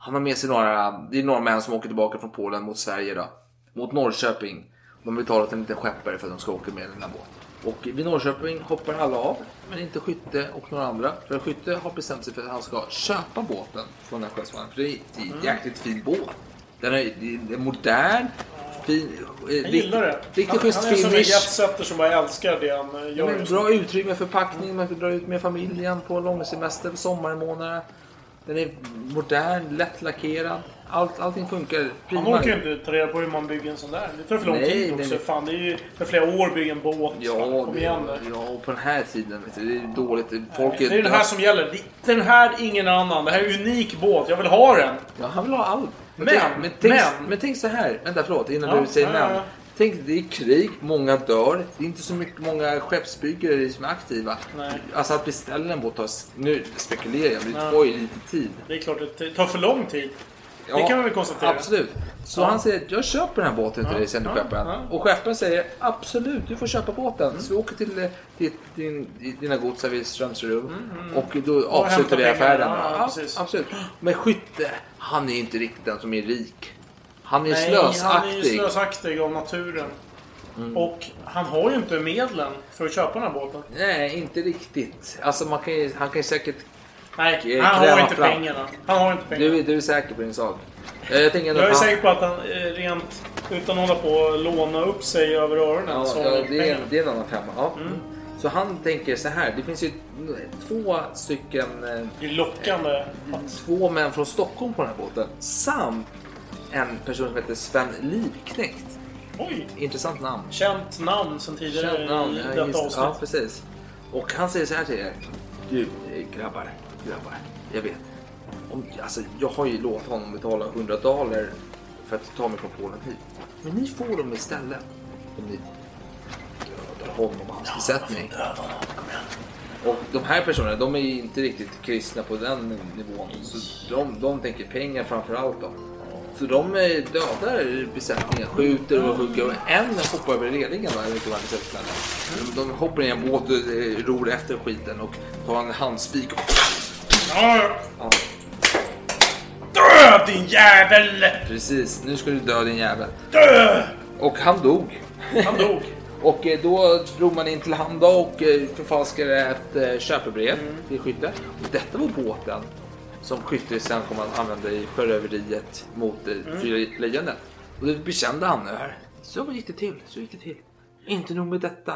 Han har med sig några, det är några män som åker tillbaka från Polen mot Sverige då. Mot Norrköping. De har betalat en liten skeppare för att de ska åka med den här båten. Och vid Norrköping hoppar alla av, men inte Skytte och några andra. För Skytte har bestämt sig för att han ska köpa båten från den skeppsmannen. För det är en mm. jäkligt fin båt. Den är, det är modern, fin. Jag gillar det. Riktigt han, schysst han är som en finish. jetsetter som bara älskar det han gör. Men bra utrymme för packning, man kan dra ut med familjen på långsemester på sommarmånaderna. Den är modern, lättlackerad. Allt, allting funkar prima. Man orkar ju inte ta reda på hur man bygger en sån där. Det tar för lång nej, tid också. Nej. Fan, det är ju för flera år bygga en båt. Ja, Kom igen det, ja, och på den här tiden vet du, det är dåligt. Folk nej, det är den här som gäller. Den här ingen annan. Det här är en unik båt. Jag vill ha den. Ja, han vill ha allt. Men, men, men, tänk, men, men tänk så här. Vänta, förlåt. Innan ja, du säger ja, namn. ja. Tänk, det är krig, många dör. Det är inte så mycket många skeppsbyggare som är aktiva. Nej. Alltså att beställa en båt tar, nu spekulerar jag, det ja. tar ju lite tid. Det är klart, det tar för lång tid. Ja, det kan man väl konstatera. Absolut. Så ja. Han säger, jag köper den här båten till ja. dig, sen du ja. köper den. Ja. Och skepparen säger, absolut, du får köpa båten. Mm. Så vi åker till, till din, dina godsar vid Strömsrum. Mm, mm. Och då avslutar vi affären. Ja, ja, absolut. Men Skytte, han är inte riktigt den som är rik. Han är Nej, slösaktig. han är ju slösaktig av naturen. Mm. Och han har ju inte medlen för att köpa den här båten. Nej, inte riktigt. Alltså man kan ju, han kan ju säkert... Nej, han har inte fram. pengarna. Han har inte pengarna. Du, du är säker på din sak. Jag, tänker jag är han... säker på att han rent utan att hålla på att låna upp sig över öronen. Ja, så ja det, är, det är en annan femma. Ja. Mm. Så han tänker så här. Det finns ju två stycken... Det är lockande. Två män från Stockholm på den här båten. Samt en person som heter Sven Livknekt. Oj! Intressant namn. Känt namn som tidigare Känt namn, i ja, detta just, avsnitt. Ja, precis. Och han säger så här till er. Du, grabbar, grabbar. Jag vet. Om, alltså, jag har ju lovat honom betala hundra dollar för att ta mig från Polen hit. Men ni får dem istället. Om ni dödar honom och hans besättning. Och de här personerna, de är ju inte riktigt kristna på den nivån. Så de, de tänker pengar framför allt då. Så de dödar besättningen, skjuter och hugger. Och en hoppar över relingen då, jag vet inte vad det de, de hoppar i en båt och ror efter skiten och tar en handspik. Och... Ja. Ja. Dö din jävel! Precis, nu ska du dö din jävel. Dö! Och han dog. Han dog. Och då drog man in till han då och förfalskade ett köpebrev mm. till Skytte. Och detta var båten som Skytte sen kommer att använda i sjöröveriet mot mm. Fyra lejonet. Och det bekände han nu här. Så gick det till, så gick det till. Inte nog med detta.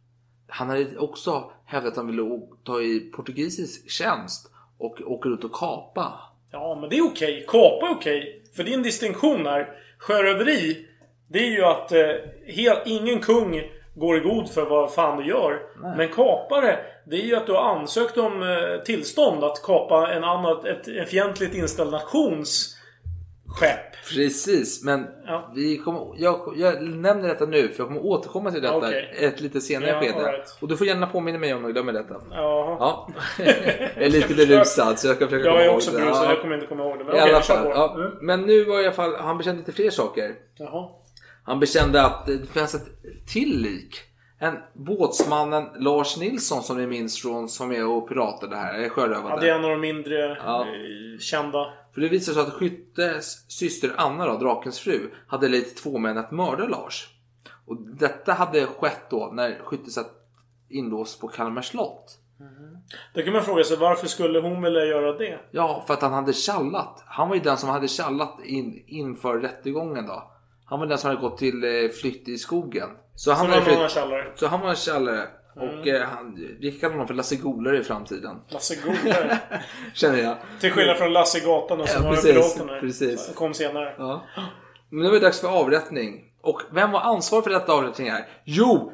Han hade också hävdat att han ville ta i portugisisk tjänst och åka ut och kapa. Ja, men det är okej. Kapa är okej. För det är en distinktion här. Sjöröveri, det är ju att eh, hel, ingen kung går i god för vad fan du gör. Nej. Men kapare, det är ju att du har ansökt om eh, tillstånd att kapa en annat, ett, en fientligt inställd nations skepp. Precis, men ja. vi kommer, jag, jag nämner detta nu för jag kommer återkomma till detta okay. ett lite senare ja, skede. Right. Och du får gärna påminna mig om jag glömmer detta. Jaha. Ja. Jag är lite berusad så jag ska försöka komma ihåg det. Jag är också berusad, jag kommer inte komma ihåg det. Men, I okay, alla fall, ja. mm. Men nu var i alla fall, han bekände till fler saker. Jaha. Han bekände att det fanns ett tillik. En båtsmannen Lars Nilsson som ni minns från som är och piratade här, är sjörövade. Ja, det är en av de mindre ja. kända. För det visar sig att Skyttes syster Anna då, Drakens fru, hade lite två män att mörda Lars. Och detta hade skett då när Skytte satt inlåst på Kalmar slott. Mm. Då kan man fråga sig, varför skulle hon vilja göra det? Ja, för att han hade kallat. Han var ju den som hade kallat in, inför rättegången då. Han var den som hade gått till eh, flytt i skogen. Så han, var, flytt, så han var en källare. Mm. Och eh, han, vi kallar honom för Lasse Golare i framtiden. Lasse Golare? Känner jag. Till skillnad från Lasse Gatan och som ja, var piraterna. Precis. Kom senare. Ja. Men nu var det dags för avrättning. Och vem var ansvarig för detta avrättning här? Jo,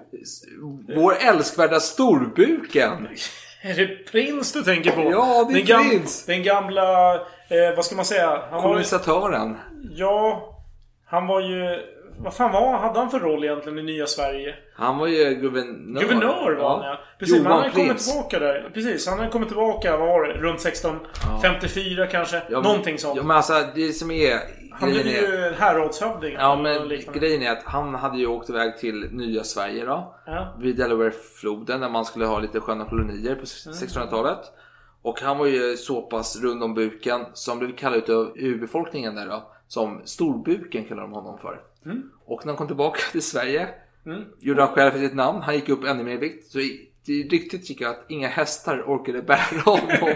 vår älskvärda Storbuken. Är det prins du tänker på? Ja, det är den prins. Gam- den gamla, eh, vad ska man säga? Han kolonisatören. Var, ja, han var ju... Vad fan var, hade han för roll egentligen i nya Sverige? Han var ju guvernör. Guvernör var han, ja. Precis, Johan han hade Prins. kommit tillbaka där. Precis, han hade kommit tillbaka, vad var det? Runt sexton femtiofyra ja. kanske. Ja, Någonting sånt. Ja, men alltså, det som är... Han blev ju häradshövding. Ja, men grejen är att han hade ju åkt iväg till nya Sverige då. Ja. Vid Delaware-floden där man skulle ha lite sköna kolonier på sextonhundratalet. Och han var ju så pass rund om buken som blev kallad av urbefolkningen där då. Som storbuken kallar de honom för. Mm. Och när han kom tillbaka till Sverige mm. gjorde han själv för sitt namn. Han gick upp ännu mer i vikt. Så det riktigt gick att inga hästar orkade bära honom.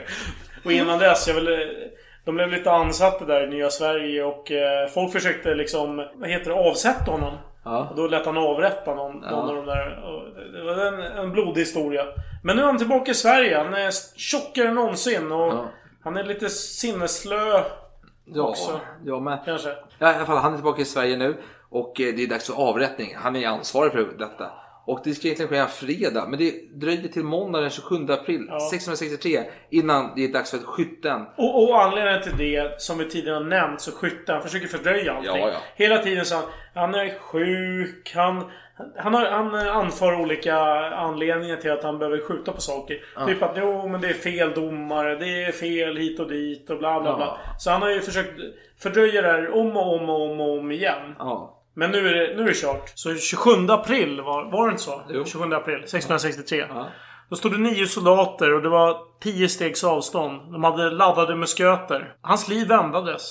Och innan dess, jag vill... De blev lite ansatta där i Nya Sverige och eh, folk försökte liksom, vad heter det, avsätta honom. Ja. Och då lät han avrätta någon, ja. någon av de där. Och det var en, en blodig historia. Men nu är han tillbaka i Sverige. Han är tjockare än någonsin och ja. han är lite sinneslö ja, också. Ja, men kanske. Ja, i alla fall, han är tillbaka i Sverige nu och eh, det är dags för avrättning. Han är ansvarig för detta. Och det ska egentligen ske en fredag. Men det dröjde till måndag den tjugosjunde april ja. sextonhundrasextiotre. Innan det är dags för skytten. Och, och anledningen till det, som vi tidigare har nämnt, så skytten försöker fördröja allting. Ja, ja. Hela tiden så han, han är sjuk. Han, han, har, han anför olika anledningar till att han behöver skjuta på saker. Ja. Typ att jo, men det är fel domare. Det är fel hit och dit och bla bla bla. Ja. Så han har ju försökt fördröja det här om och om och om, och om igen. Ja. Men nu är det, nu är det kört. Så tjugosjunde april var, var det inte så? Jo. tjugosjunde april sextonhundrasextiotre. Ja. Då stod det nio soldater och det var tio stegs avstånd. De hade laddade musköter. Hans liv vändades.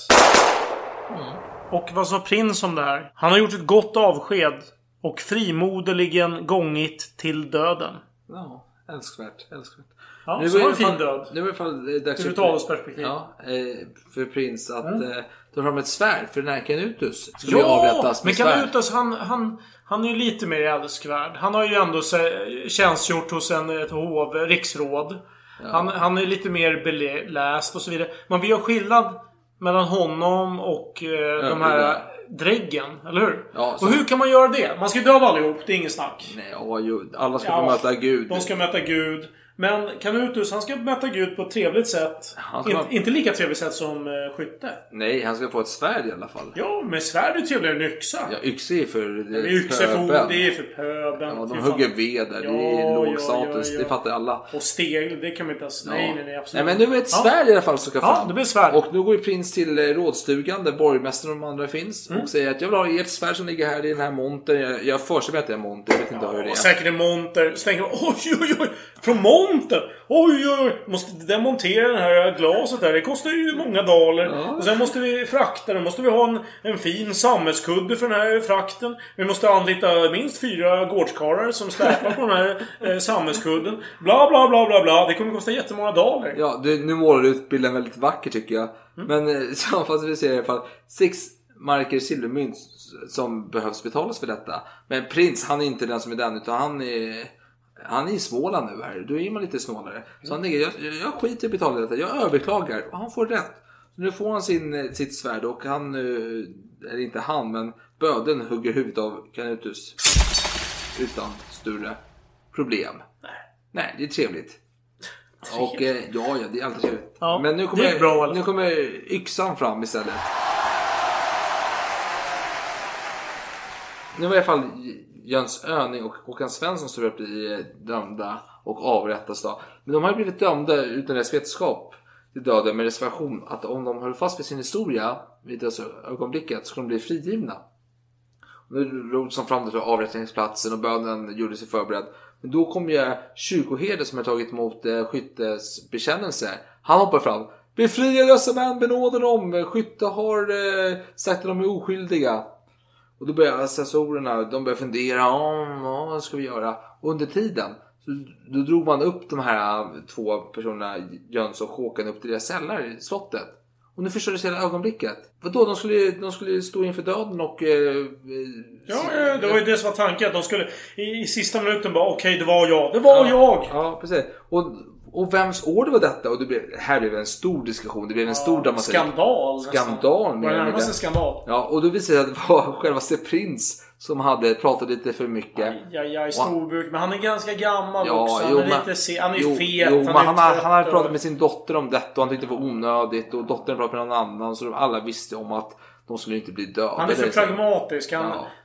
Mm. Och vad sa prins om det här? Han har gjort ett gott avsked och frimodeligen gångit till döden. Ja, älskvärt, älskvärt. Ja, nu så var en fin död. Nu är det fall dags ur ett avsperspektiv. Ja, för prins att mm. eh, ta fram ett svärd för den här Canutus. Ja, avrättas med men Canutus han, han, han är ju lite mer älskvärd. Han har ju ändå tjänstgjort hos en, ett hov, riksråd. Ja. Han, han är lite mer beläst och så vidare. Man vill ha skillnad mellan honom och eh, ja, de här ja. dräggen, eller hur? Ja, och hur kan man göra det? Man ska ju döda allihop, det är ingen snack. Nej, ja, alla ska ja, få möta Gud. De ska möta Gud. Men Canutus, han ska möta Gud på ett trevligt sätt. In, ha... Inte lika trevligt sätt som uh, skytte. Nej, han ska få ett svärd i alla fall. Ja, men svärd är trevligare än yxa. Ja, yxa är för det är yxa är för, det är för pöben. Ja, de hugger ved där. Ja, det är låg status, ja, ja. Det fattar alla. Och steg, det kan man inte ha. Ja. Nej, nej, nej, absolut. Nej, men nu är ett svärd ja. i alla fall som ska fram. Ja, det blir svärd. Och nu går ju prins till eh, rådstugan där borgmästaren och de andra finns. Mm. Och säger att jag vill ha ert svärd som ligger här i den här montern. Jag, jag föreställer mig att det är en monter, jag vet inte ja, hur det är. Säkert en monter. Så tänker man, oj, oj, oj, från monter. Oj, oj, måste demontera det här glaset där. Det kostar ju många daler. Ja. Och sen måste vi frakta det. Måste vi ha en, en fin sammetskudde för den här frakten. Vi måste anlita minst fyra gårdskarlar som släpar på den här eh, sammetskudden. Bla, bla, bla, bla, bla. Det kommer kosta jättemånga daler. Ja, du, nu målar du ut bilden väldigt vacker tycker jag. Mm. Men eh, sammanfattningsvis är det i alla fall sex marker silvermynt som behövs betalas för detta. Men prins, han är inte den som är den, utan han är... Han är i Småland nu här. Då är man lite snålare. Så han tänker, jag, jag skiter i att betala detta. Jag överklagar. Och han får rätt. Så nu får han sin, sitt svärd. Och han, eller inte han, men böden hugger huvudet av Canutus. Utan större problem. Nej, Nej det är trevligt. Och eh, ja, ja, det är alltid trevligt. Ja, men nu kommer, bra, alltså. nu kommer yxan fram istället. Nu var i alla fall Jöns Öning och Håkan Svensson står upp i dömda och avrättas då. Men de har blivit dömda utan deras vetskap till döden med reservation att om de höll fast vid sin historia vid det ögonblicket så skulle de bli frigivna. Och nu rod som fram till avrättningsplatsen och bönen gjorde sig förberedd. Men då kom ju kyrkoherden som har tagit emot eh, skyttes bekännelse. Han hoppar fram. Befria dessa män, benåda dem. Skytte har eh, sagt att de är oskyldiga. Och då börjar assessorerna, de börjar fundera om vad ska vi göra. Och under tiden så då drog man upp de här två personerna, Jöns och Håkan, upp till deras celler i slottet. Och nu förstördes hela ögonblicket. Vadå? De skulle, de skulle stå inför döden och... Eh, ja, det var ju det som var tanken. De skulle i, i sista minuten bara, okej, okay, det var jag. Det var ja, jag! Ja, precis. Och... Och vems år det var detta? Och det blev, här blev en stor diskussion. Det blev en stor dramatik. Skandal. Skandal. Var det närmast en skandal? Ja, och då visade det att det var självaste prins som hade pratat lite för mycket. Ja, ja, storbuk. Men han är ganska gammal ja, också. Han jo, är, men, lite se- han är jo, fet. Jo, han, är han, han hade pratat med sin dotter om detta och han tyckte det var onödigt. Och dottern pratade med någon annan. Så alla visste om att de skulle inte bli döda. Han är för pragmatisk. Han, ja.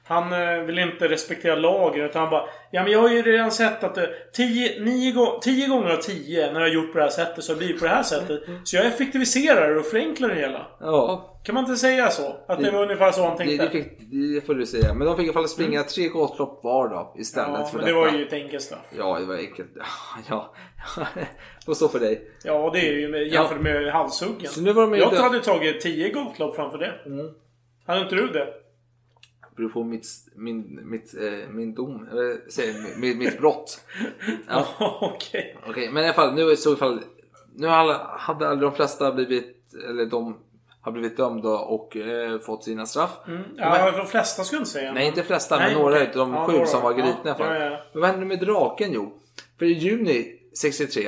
Han eh, vill inte respektera lagen, utan han bara, ja men jag har ju redan sett att det, tio, nio, go- tio gånger av tio när jag har gjort på det här sättet så blir det på det här sättet. Så jag effektiviserar och förenklar det hela. Ja. Kan man inte säga så? Att det, det var ungefär så han tänkte? Det, det, fick, det får du säga. Men de fick i alla fall springa mm. tre gatlopp var då istället ja, för men detta. det var ju ett enkelt straff. Ja, det var enkelt. Ja, vad står för dig? Ja, det är ju jämfört ja. med halshuggen. Så nu var de jag inte... hade tagit tio gatlopp framför det. Mm. Hade inte du det? Det beror på mitt, min, mitt, eh, min dom, eller säg, mitt, mitt brott. Ja. Okej. Okay. Okay, men i alla fall, nu är så i fall, nu hade alla de flesta blivit, eller de har blivit dömda och eh, fått sina straff. Mm. Ja, men, de flesta skulle inte säga. Nej, inte de flesta, nej, men några okay. utav de ja, sju några. som var gripna ja, i alla fall. Ja, ja. Men vad hände med draken? Jo, för i juni sextiotre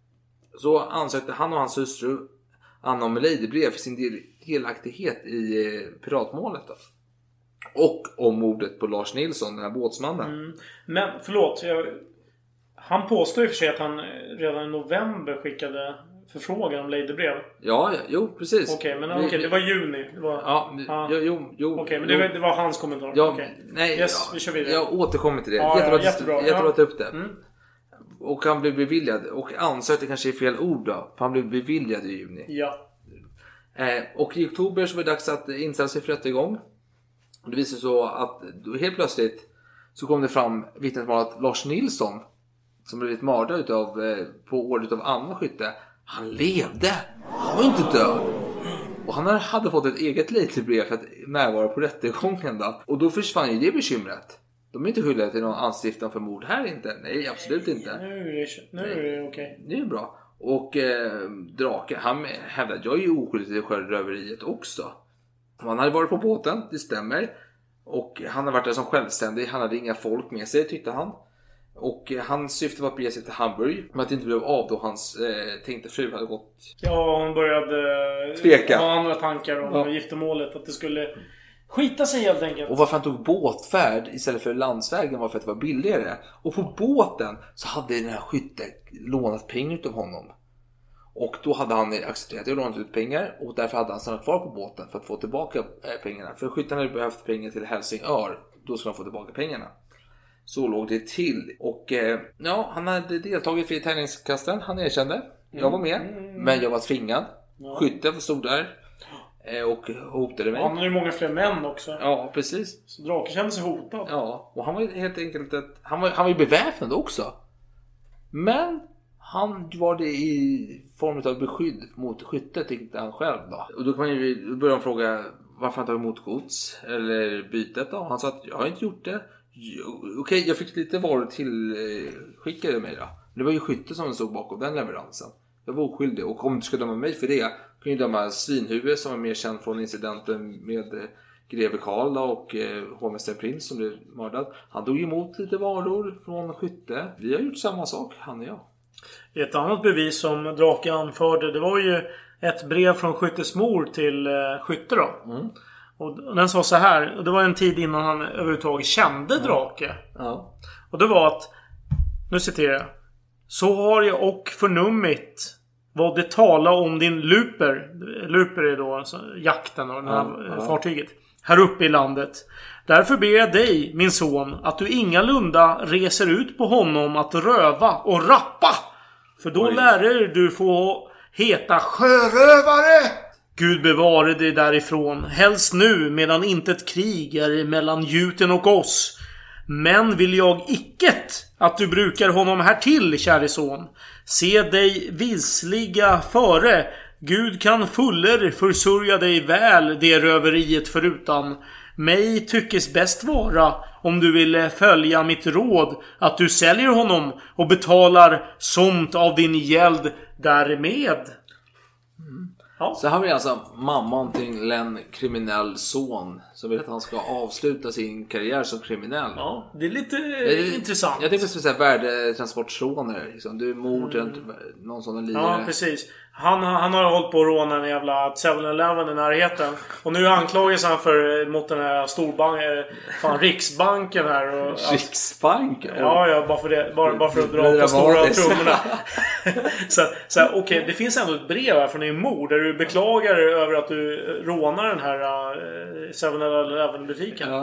så ansökte han och hans hustru Anna och Leidebrev för sin del, delaktighet i eh, piratmålet då. Och om mordet på Lars Nilsson, den här båtsmannen. Mm. Men förlåt, jag, han påstår ju för sig att han redan i november skickade förfrågan om Leidebrev. Ja, ja, jo, precis. Okej, okay, men okej, okay, det var juni. Det var, ja, ah. jo, jo, jo. Okej, okay, men det var, det var hans kommentar. Ja, okay. nej, yes, ja, vi kör vidare. Jag återkommer till det. Ja, jättebra, ja, jättebra. jättebra att ta upp det. Mm. Och han blev beviljad. Och ansökte kanske i fel ord då. För han blev beviljad i juni. Ja. Eh, och i oktober så var det dags att inställa sig för rättegång. Och det visade så att helt plötsligt så kom det fram vittnesmål att Lars Nilsson, som blivit mördad utav, eh, på ordet av Anna Skytte, han levde. Han var inte död. Och han hade fått ett eget Leidebrev för att närvara på rättegången då. Och då försvann ju det bekymret. De är inte skyldiga till någon anstiftan för mord här inte. Nej, absolut inte. Nu är det, nu är det okej. Det är bra. Och eh, Drake, han hävdade att jag är ju oskyldig till sjöröveriet också. Han hade varit på båten, det stämmer. Och han har varit där som självständig. Han hade inga folk med sig, tyckte han. Och eh, hans syfte var att bege sig till Hamburg. Men att det inte blev av då hans eh, tänkte fru hade gått... Ja, hon började tveka. Ha andra tankar om ja. giftermålet. Att det skulle skita sig helt enkelt. Och varför han tog båtfärd istället för landsvägen var för att det var billigare. Och på båten så hade den här skytte lånat pengar av honom. Och då hade han accepterat att lånat ut pengar. Och därför hade han stannat kvar på båten för att få tillbaka pengarna. För skytten hade behövt pengar till Helsingör. Då skulle han få tillbaka pengarna. Så låg det till. Och eh, ja, han hade deltagit i tävlingskasten. Han erkände. Jag var med. Men jag var tvingad. Skytten stod där. Eh, och hotade mig. Han hade ju många fler män också. Ja, precis. Så Drake kände sig hotad. Ja, och han var helt enkelt ett, han var, han var ju beväpnad också. Men han var det i form av beskydd mot skyttet, tyckte han själv då. Och då kan man ju börja fråga varför han tog emot gods eller bytet då. Han sa att jag har inte gjort det. Okej, okay, jag fick lite varor till eh, skickade mig då. Det var ju skyttet som stod bakom den leveransen. Jag var oskyldig, och om du ska döma mig för det kan ju döma Svinhuvud som var mer känd från incidenten med eh, greve Karl och eh, hovmästare Prins som blev mördad. Han tog emot lite varor från skytte. Vi har gjort samma sak, han och jag. Ett annat bevis som Drake anförde, det var ju ett brev från skyttes mor till eh, skytte då. Mm. Och den sa så här, och det var en tid innan han överhuvudtaget kände Drake. Ja. Och det var att, nu citerar jag: så har jag och förnummit vad det talar om din luper. Luper är då alltså jakten och det här ja, ja. fartyget. Här uppe i landet. Därför ber jag dig, min son, att du ingalunda reser ut på honom att röva och rappa. För då lär du få heta sjörövare. Gud bevare dig därifrån. Helst nu medan inte ett krig är mellan gjuten och oss. Men vill jag icket att du brukar honom här till, käre son. Se dig visliga före. Gud kan fuller försörja dig väl det röveriet förutan. Mig tyckes bäst vara, om du vill följa mitt råd, att du säljer honom och betalar somt av din gäld därmed. Mm. Ja. Så här är alltså mamman till en kriminell son som vill att han ska avsluta sin karriär som kriminell. Ja, det är lite det, intressant. Jag tänkte säga värdetransportrånare liksom. Du är mord mm. någon sån lirare. Ja, precis. Han, han har hållit på att råna en jävla seven eleven i närheten. Och nu anklagas han för mot den här storbanken, fan Riksbanken här och, Riksbanken? Ja, ja, bara för det, bara, bara för att dra på stora trummorna. så så okej, okay, det finns ändå ett brev här från din mor där du beklagar över att du rånar den här seven eleven butiken. Ja.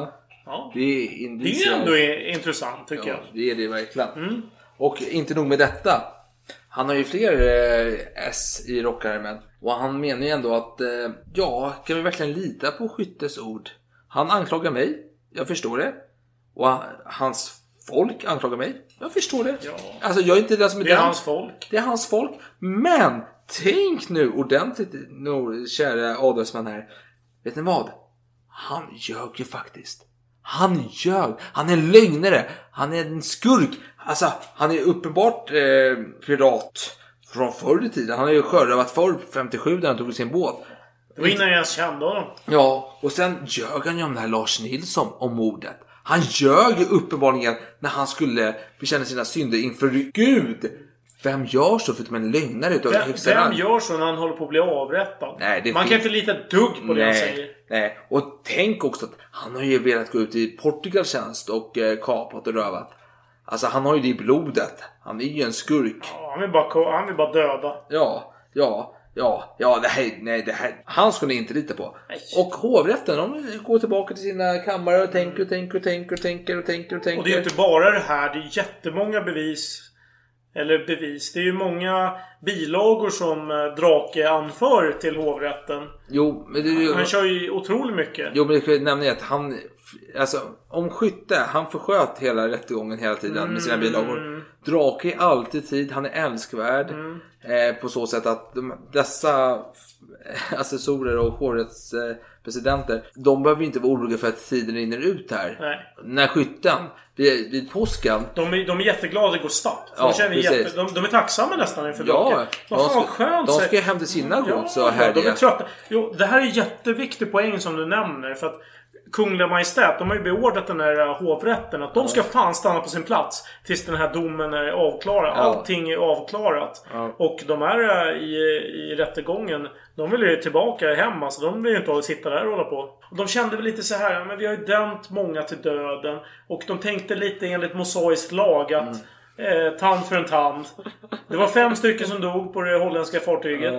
Ja. Det är, det är ändå intressant tycker ja, jag. Det är det verkligen. Mm. Och inte nog med detta. Han har ju fler eh, S i rockarmen. Och han menar ju ändå att eh, ja, kan vi verkligen lita på Skyttes ord? Han anklagar mig, jag förstår det. Och hans folk anklagar mig, jag förstår det. Ja. Alltså jag är inte den som är Det är den. hans folk. Det är hans folk. Men tänk nu ordentligt, no, kära adelsmän här. Vet ni vad? Han ljög ju faktiskt. Han ljög. Han är en lögnare. Han är en skurk. Alltså, han är uppenbart eh, pirat från förr i tiden. Han har ju sjörövat förr femtiosju där han tog sin båt. Det var innan jag kände honom. Ja, och sen ljög han ju om den här Lars Nilsson om mordet. Han ljög ju uppenbarligen när han skulle bekänna sina synder inför Gud. Vem gör så förutom en lögnare utav Vem, vem gör så när han håller på att bli avrättad? Nej, det Man fin- kan inte lita dugg på det nej, han säger. Nej, och tänk också att han har ju velat gå ut i Portugals tjänst och eh, kapat och rövat. Alltså han har ju det i blodet. Han är ju en skurk. Ja, han vill bara, han vill bara döda. Ja, ja, ja, ja, det här, nej, det här, han skulle inte lita på. Nej. Och hovrätten, de går tillbaka till sina kammare och tänker och tänker och tänker och tänker och tänker och tänker. Och det är inte bara det här, det är jättemånga bevis. Eller bevis. Det är ju många bilagor som Drake anför till hovrätten. Jo, men det är ju... Han kör ju otroligt mycket. Jo, men det kan jag nämna att han... Alltså, om Skytte, han försköt hela rättegången hela tiden mm. med sina bilagor. Drake är alltid tid, han är älskvärd. Mm. Eh, på så sätt att de, dessa assessorer och hovrättspresidenter, eh, de behöver inte vara oroliga för att tiden rinner ut här. Nej. När Skytten, vid, vid påsken... De är, de är jätteglada att det går snabbt. Ja, de, känner jätte, de, de är tacksamma nästan inför Drake. Ja, vad fan de, ska, skönt, de ska hem till sina gods och ja, de är trötta. Jo, det här är en jätteviktig poäng som du nämner. För att Kungliga Majestät, de har ju beordrat den här hovrätten att de ska fan stanna på sin plats tills den här domen är avklarad. Ja. Allting är avklarat. Ja. Och de här i, i rättegången, de vill ju tillbaka hem. Alltså de vill ju inte sitta där och hålla på. Och de kände väl lite så här, men vi har ju dömt många till döden. Och de tänkte lite enligt mosaisk lag att mm. eh, tand för en tand. Det var fem stycken som dog på det holländska fartyget. Ja.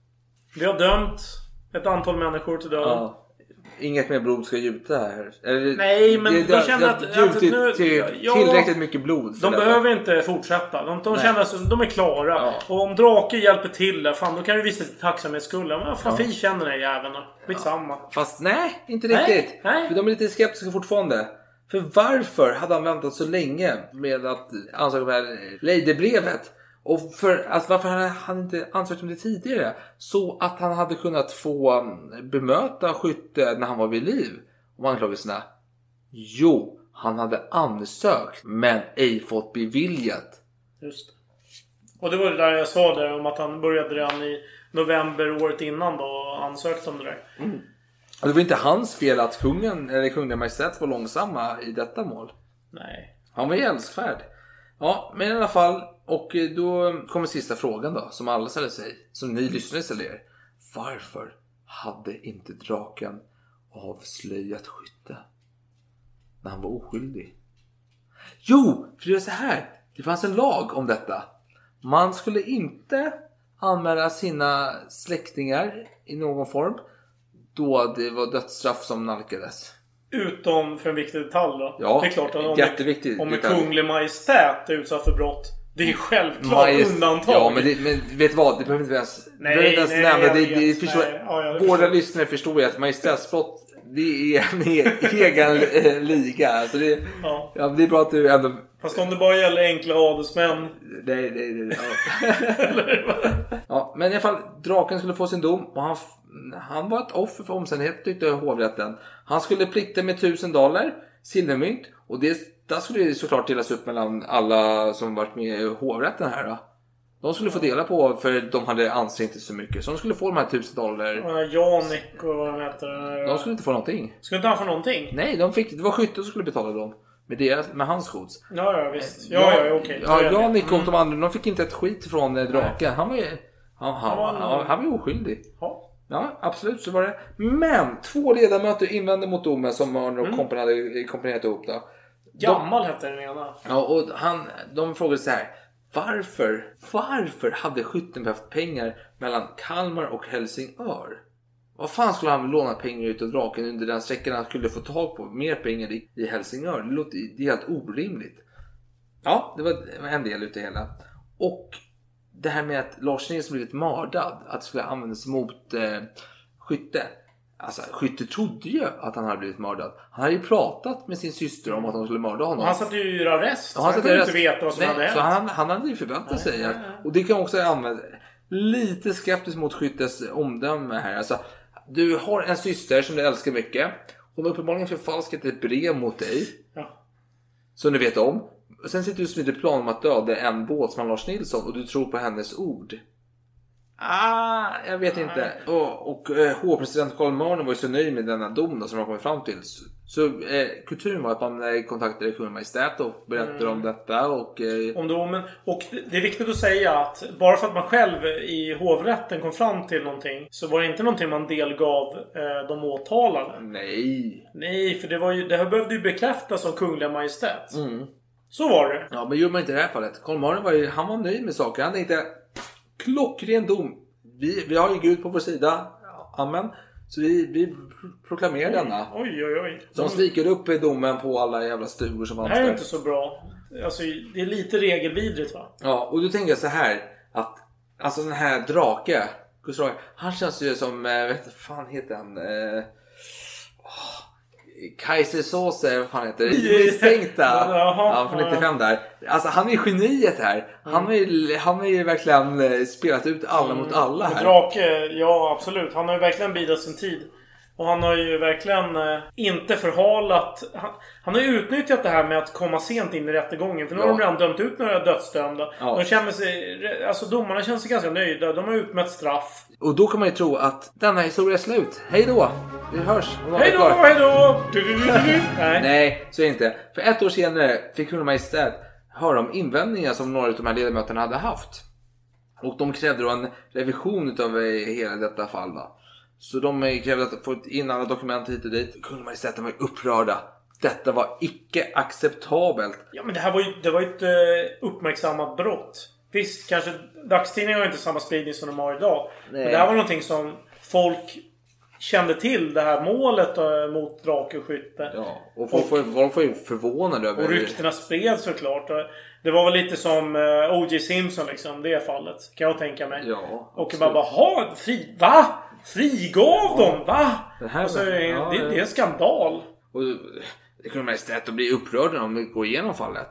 Vi har dömt ett antal människor till döden. Ja. Inget mer blod ska gjuta här. Eller, nej, men det, de känner att, att, att nu, till, ja, tillräckligt mycket blod. De detta. behöver inte fortsätta. De, de känner att de är klara. Ja. Och om Drake hjälper till, fan, då kan du visa tacksamhetsskuld. Men fan, ja. känner den jäveln. Skitsamma. Ja. Fast nej, inte riktigt. Nej, nej. För de är lite skeptiska fortfarande. För varför hade han väntat så länge med att ansöka om det här Leidebrevet? Och för att varför hade han inte ansökt om det tidigare? Så att han hade kunnat få bemöta Skytte när han var vid liv. Om anklagelserna. Jo, han hade ansökt men ej fått beviljat. Just det. Och det var det där jag sa där om att han började redan i november året innan då och ansökte om det där. Mm. Och det var inte hans fel att kungen eller Kungliga Majestät var långsamma i detta mål. Nej. Han var ju älskvärd. Ja, men i alla fall. Och då kommer sista frågan då, som alla ställer sig, som ni lyssnare ställer er. Varför hade inte draken avslöjat Skytte när han var oskyldig? Jo, för det är så här. Det fanns en lag om detta. Man skulle inte anmäla sina släktingar i någon form då det var dödsstraff som nalkades. Utom för en viktig detalj då. Ja, det är klart att om, jätteviktigt om en kunglig majestät är utsatt för brott, det är självklart Majest- undantag. Ja, men, det, men vet du vad? Det behöver inte ens, nej, nej, ens nej, nämna. Det, det, förstår, nej, ja, ja, våra förstår. lyssnare förstår ju att majestätsbrott, det är en egen liga. Alltså det, ja. Ja, det är bra att du ändå... Fast om det bara gäller enkla adelsmän. Nej, nej, nej. Ja. Ja, men i alla fall, draken skulle få sin dom. Och han, han var ett offer för omständigheter, tyckte hovrätten. Han skulle plikta med tusen dollar silvermynt. Och det där skulle det såklart delas upp mellan alla som varit med i hovrätten här då. De skulle få dela på, för de hade ansträngt sig så mycket. Så de skulle få de här tusen dollar. Ja, Janik och vad de heter. De skulle inte få någonting. Skulle inte han få någonting? Nej, de fick, det var Skytte som skulle betala dem. Med, deras, med hans gods. Ja, ja, visst. Ja, ja, ja okej. Ja, Janik och mm. de andra, de fick inte ett skit från eh, draken. Han var ju han, han, han, han, han var oskyldig. Ja. Ja, absolut så var det. Men två ledamöter invände mot domen som Mörner och mm. kompani hade komponerat ihop då. Gammal hette den ena. Ja, och han, de frågade så här. Varför, varför hade skytten behövt pengar mellan Kalmar och Helsingör? Vad fan skulle han låna pengar ut av draken under den sträckan han skulle få tag på mer pengar i, i Helsingör? Det låter det är helt orimligt. Ja, det var en del utav det hela. Och det här med att Lars Nilsson blivit mördad, att det skulle användas mot eh, Skytte. Alltså, Skytte trodde ju att han hade blivit mördad. Han hade ju pratat med sin syster om att han skulle mörda honom. Och han satt ju i arrest. Och han kunde inte veta vad som Nej, hade hänt. Så han, han hade ju förväntat sig. Nej, nej, nej. Och det kan också använda lite skeptiskt mot Skyttes omdöme här. Alltså, du har en syster som du älskar mycket. Hon har uppenbarligen förfalskat ett brev mot dig. Ja. Som du vet om. Och sen sitter du och smider plan om att döda en båtsman Lars Nilsson. Och du tror på hennes ord. Ah, jag vet Nej. inte. Och, och eh, H-president Carl Mörner var ju så nöjd med denna dom då, som de kommit fram till. Så, så eh, kulturen var att man eh, kontaktade Kungl. Majestät och berättade mm. om detta. Och, eh... om domen. Och det är viktigt att säga att bara för att man själv i hovrätten kom fram till någonting, så var det inte någonting man delgav eh, de åtalade. Nej. Nej, för det, var ju, det här behövde ju bekräftas av Kungl. Majestät. Mm. Så var det. Ja, men gjorde man inte i det här fallet. Carl Mörner var ju, han var nöjd med saker. Han tänkte... Klockren dom. Vi, vi har ju Gud på vår sida. Amen. Så vi, vi proklamerar oj, denna. Oj, oj, oj. De slikar upp i domen på alla jävla stugor som fanns där. Det här är inte så bra. Alltså, det är lite regelvidrigt, va? Ja, och du tänker jag så här. Att, alltså den här drake. Gustav, han känns ju som, vet du, fan heter han? Eh, oh, Kaiser Soze, vad fan heter det? Misstänkta. Ja, från nittiofem där. Alltså han är ju geniet här. Han har ju, han har ju verkligen spelat ut alla mm. mot alla här. Drake, ja absolut. Han har ju verkligen bidat sin tid. Och han har ju verkligen eh, inte förhalat. Han, han har ju utnyttjat det här med att komma sent in i rättegången. För nu ja. har de redan dömt ut några dödsdömda. Ja. De känner sig, alltså domarna känner sig ganska nöjda. De har utmätt straff. Och då kan man ju tro att denna historia är slut. Hej då! Vi hörs. Hej då, hej då! Nej. Nej, så är det inte. För ett år senare fick Kungl. Majestät höra om invändningar som några av de här ledamöterna hade haft. Och de krävde då en revision av hela detta fall då. Så de krävde att få in alla dokument hit och dit. Kungl. Majestät var ju upprörda. Detta var icke acceptabelt. Ja, men det här var ju, det var ju ett uh, uppmärksammat brott. Visst, kanske dagstidningar har inte samma spridning som de har idag. Nej. Men det här var någonting som folk kände till, det här målet uh, mot drake och skytte. Ja, och folk var, var ju förvånade över. Och ryktena spreds såklart. Det var väl lite som uh, O J Simpson liksom, det fallet. Kan jag tänka mig. Ja, och bara bara, ha, fri, va? Frigav ja. dem, va? Det, här alltså, var, ja, det, det är en skandal. Och det kunde man istället att bli upprörd om vi går igenom fallet.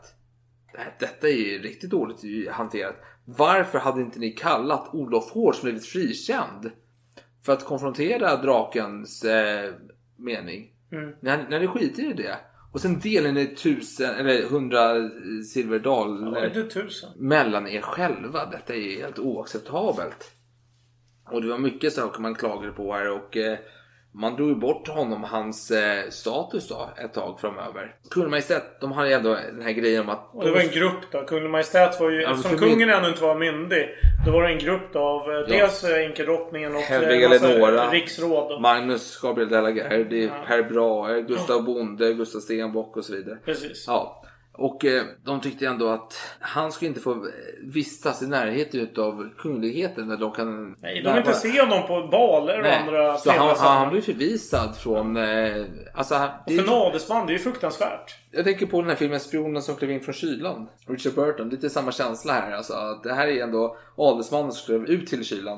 Detta är ju riktigt dåligt hanterat. Varför hade inte ni kallat Olof Hård som blivit frikänd för att konfrontera drakens eh, mening? Mm. När, när ni skiter i det. Och sen delar ni tusen eller hundra silverdal ja, tusen. mellan er själva. Detta är helt oacceptabelt. Och det var mycket saker man klagade på här. Och eh, man drog bort honom, hans eh, status då, ett tag framöver. Kungl. Majestät, de hade ju ändå den här grejen om att... Och det var en grupp då. Kungl. Majestät var ju... Ja, eftersom kungen ännu inte var myndig. Då var det en grupp då av ja. dels enkeldrottningen och Hedvig Eleonora, riksråd. Då. Magnus Gabriel de la Gardie, ja. Per Brahe, Gustav Bonde, Gustav Stenbock och så vidare. Precis. Ja. Och eh, de tyckte ändå att han skulle inte få vistas i närheten utav kungligheten när de kan... Nej, de vill inte se honom på baler och andra... Så han, han blir förvisad från... Eh, alltså, och för en adelsman, det är ju fruktansvärt. Jag tänker på den här filmen Spionen som klev in från kylan. Richard Burton, lite samma känsla här. Alltså, att det här är ändå adelsmannen som klev ut till kylan.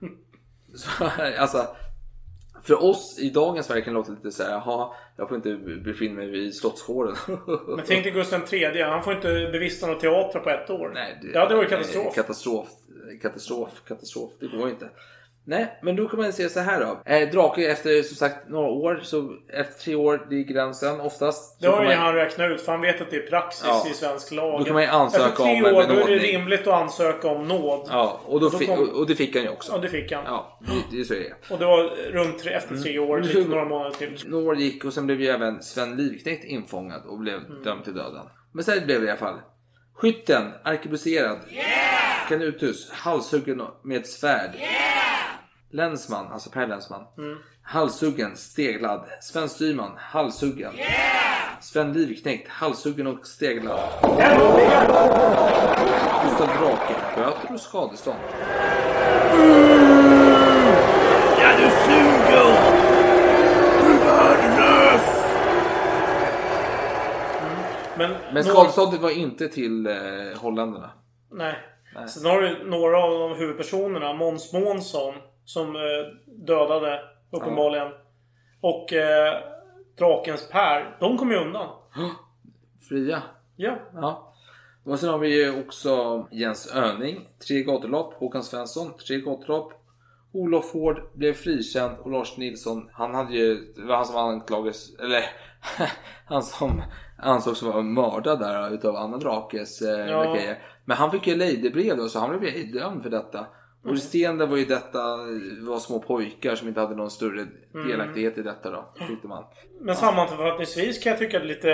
Så, alltså... För oss i dagens verk kan det låta lite så här, jaha, jag får inte befinna mig vid slottshåren. Men tänk dig Gustav den tredje, han får inte bevista något teater på ett år. Nej, det, det hade varit katastrof. Nej, katastrof. Katastrof, katastrof, det går inte. Nej, men då kan man säga så här då. Eh, Drake efter som sagt några år, så efter tre år, det är gränsen oftast. Det har ju man... han räknat ut, för han vet att det är praxis ja. i svensk lag. Då kan man ju ansöka efter tre om år, då är det rimligt att ansöka om nåd. Ja, och, då och, då fi- kom... och det fick han ju också. Ja, det fick han. Ja, det, det är så det är. Och det var runt tre, efter tre år, mm. lite några månader till. Några år gick och sen blev ju även Sven Livknekt infångad och blev mm. dömd till döden. Men sen blev det i alla fall. Skytten, arkebuserad. Yeah! Canutus, halshuggen med svärd. Yeah! Länsman, alltså Per Länsman. Mm. Halshuggen, steglad. Sven Styrman, halshuggen. Yeah! Sven Livknekt, halshuggen och steglad. Gustav Drake, böter och skadestånd. Ja, du suger! Men skadeståndet var inte till eh, holländarna. Nej. Nej. Sen har du några av de huvudpersonerna. Måns Månsson som eh, dödade uppenbarligen. Ja. Och eh, Drakens Per. De kom ju undan. Fria. Ja. Ja. Och sen har vi ju också Jens Öning. Tre gatulopp. Håkan Svensson. Tre gatulopp. Olof Hård blev frikänd. Och Lars Nilsson. Han hade ju... Det var han som anklagades... Eller... han som ansågs vara mördad där utav Anna Drakes eh, ja. grejer. Men han fick ju lejdebrev då, så han blev ju dömd för detta. Mm. Och resterande var ju detta var små pojkar som inte hade någon större delaktighet i detta då, tyckte man. Men ja. Sammanfattningsvis kan jag tycka det lite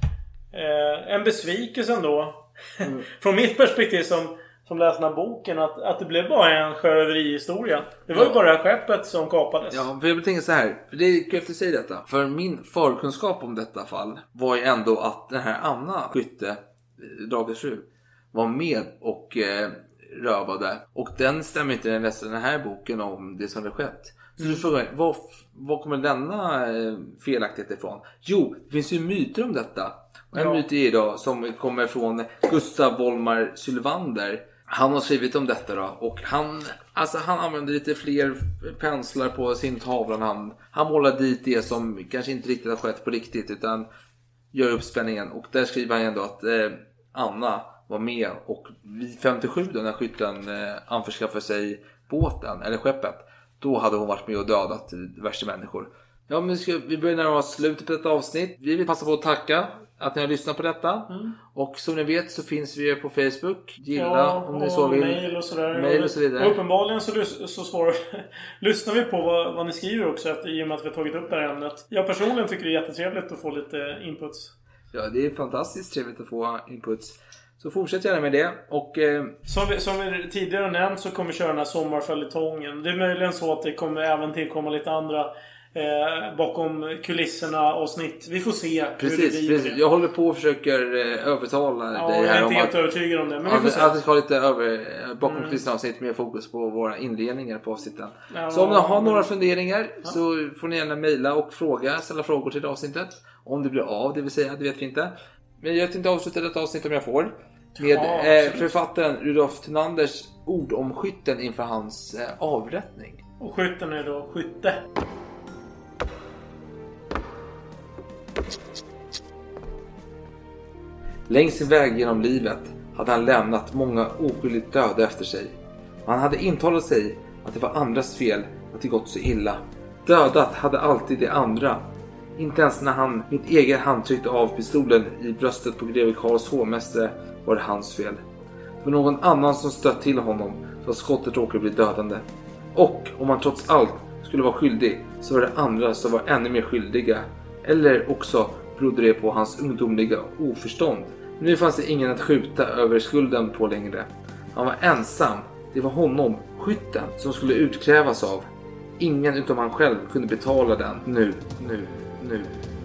eh, en besvikelse ändå. Mm. Från mitt perspektiv som som läser den här boken att, att det blev bara en sjöröverihistoria. Det var ja. ju bara det här skeppet som kapades. Ja, för jag vill tänka så här. För det är kul att säga detta. För min förkunskap om detta fall var ju ändå att den här Anna Skytte, Drakes fru, var med och eh, rövade. Och den stämmer inte den resten den här boken om det som hade skett. Så du frågar, var, var kommer denna eh, felaktighet ifrån? Jo, det finns ju myter om detta. Och en ja. myt är då som kommer från Gustav Volmar Sylvander. Han har skrivit om detta då. Och han, alltså han använder lite fler penslar på sin tavla. Han, han målar dit det som kanske inte riktigt har skett på riktigt. Utan gör upp spänningen. Och där skriver han ändå att eh, Anna var med. Och vid femtiosju då när skytten eh, anförskaffade sig båten. Eller skeppet. Då hade hon varit med och dödat diverse människor. Ja, men ska, vi börjar närma oss slutet på detta avsnitt. Vi vill passa på att tacka att ni har lyssnat på detta. Mm. Och som ni vet så finns vi på Facebook. Gilla ja, om ni så vill. Mail och sådär. Mail och så vidare. Och uppenbarligen så, så svarar, lyssnar vi på vad, vad ni skriver också efter, i och med att vi har tagit upp det här ämnet. Jag personligen tycker det är jättetrevligt att få lite inputs. Ja, det är fantastiskt trevligt att få inputs. Så fortsätt gärna med det. Och, eh... som, vi, som vi tidigare nämnt så kommer vi köra den här sommarföljetongen. Det är möjligen så att det kommer även tillkomma lite andra eh, bakom kulisserna avsnitt. Vi får se. Precis, hur det precis. Jag håller på och försöker eh, övertala ja, dig här. Jag är inte om helt att, övertygad om det. Men ja, vi får se. Att vi ska ha lite över, bakom mm. kulisserna avsnitt mer fokus på våra inledningar på avsnitten. Ja, så om ni har några funderingar ja. så får ni gärna mejla och fråga. Ställa frågor till det avsnittet. Om det blir av, det vill säga, det vet vi inte. Men jag tänkte avsluta detta avsnitt om jag får. Med ja, eh, författaren Rudolf Thunanders ord om skytten inför hans eh, avrättning. Och skytten är då skytte. Längs sin väg genom livet hade han lämnat många oskyldigt döda efter sig. Han hade intalat sig att det var andras fel att det gått så illa. Dödat hade alltid det andra. Inte ens när han med egen hand tryckte av pistolen i bröstet på greve Karls hovmästare var det hans fel. Det var någon annan som stött till honom så att skottet råkade bli dödande. Och om han trots allt skulle vara skyldig så var det andra som var ännu mer skyldiga. Eller också berodde det på hans ungdomliga oförstånd. Nu fanns det ingen att skjuta över skulden på längre. Han var ensam. Det var honom, skytten, som skulle utkrävas av. Ingen utom han själv kunde betala den nu, nu, nu.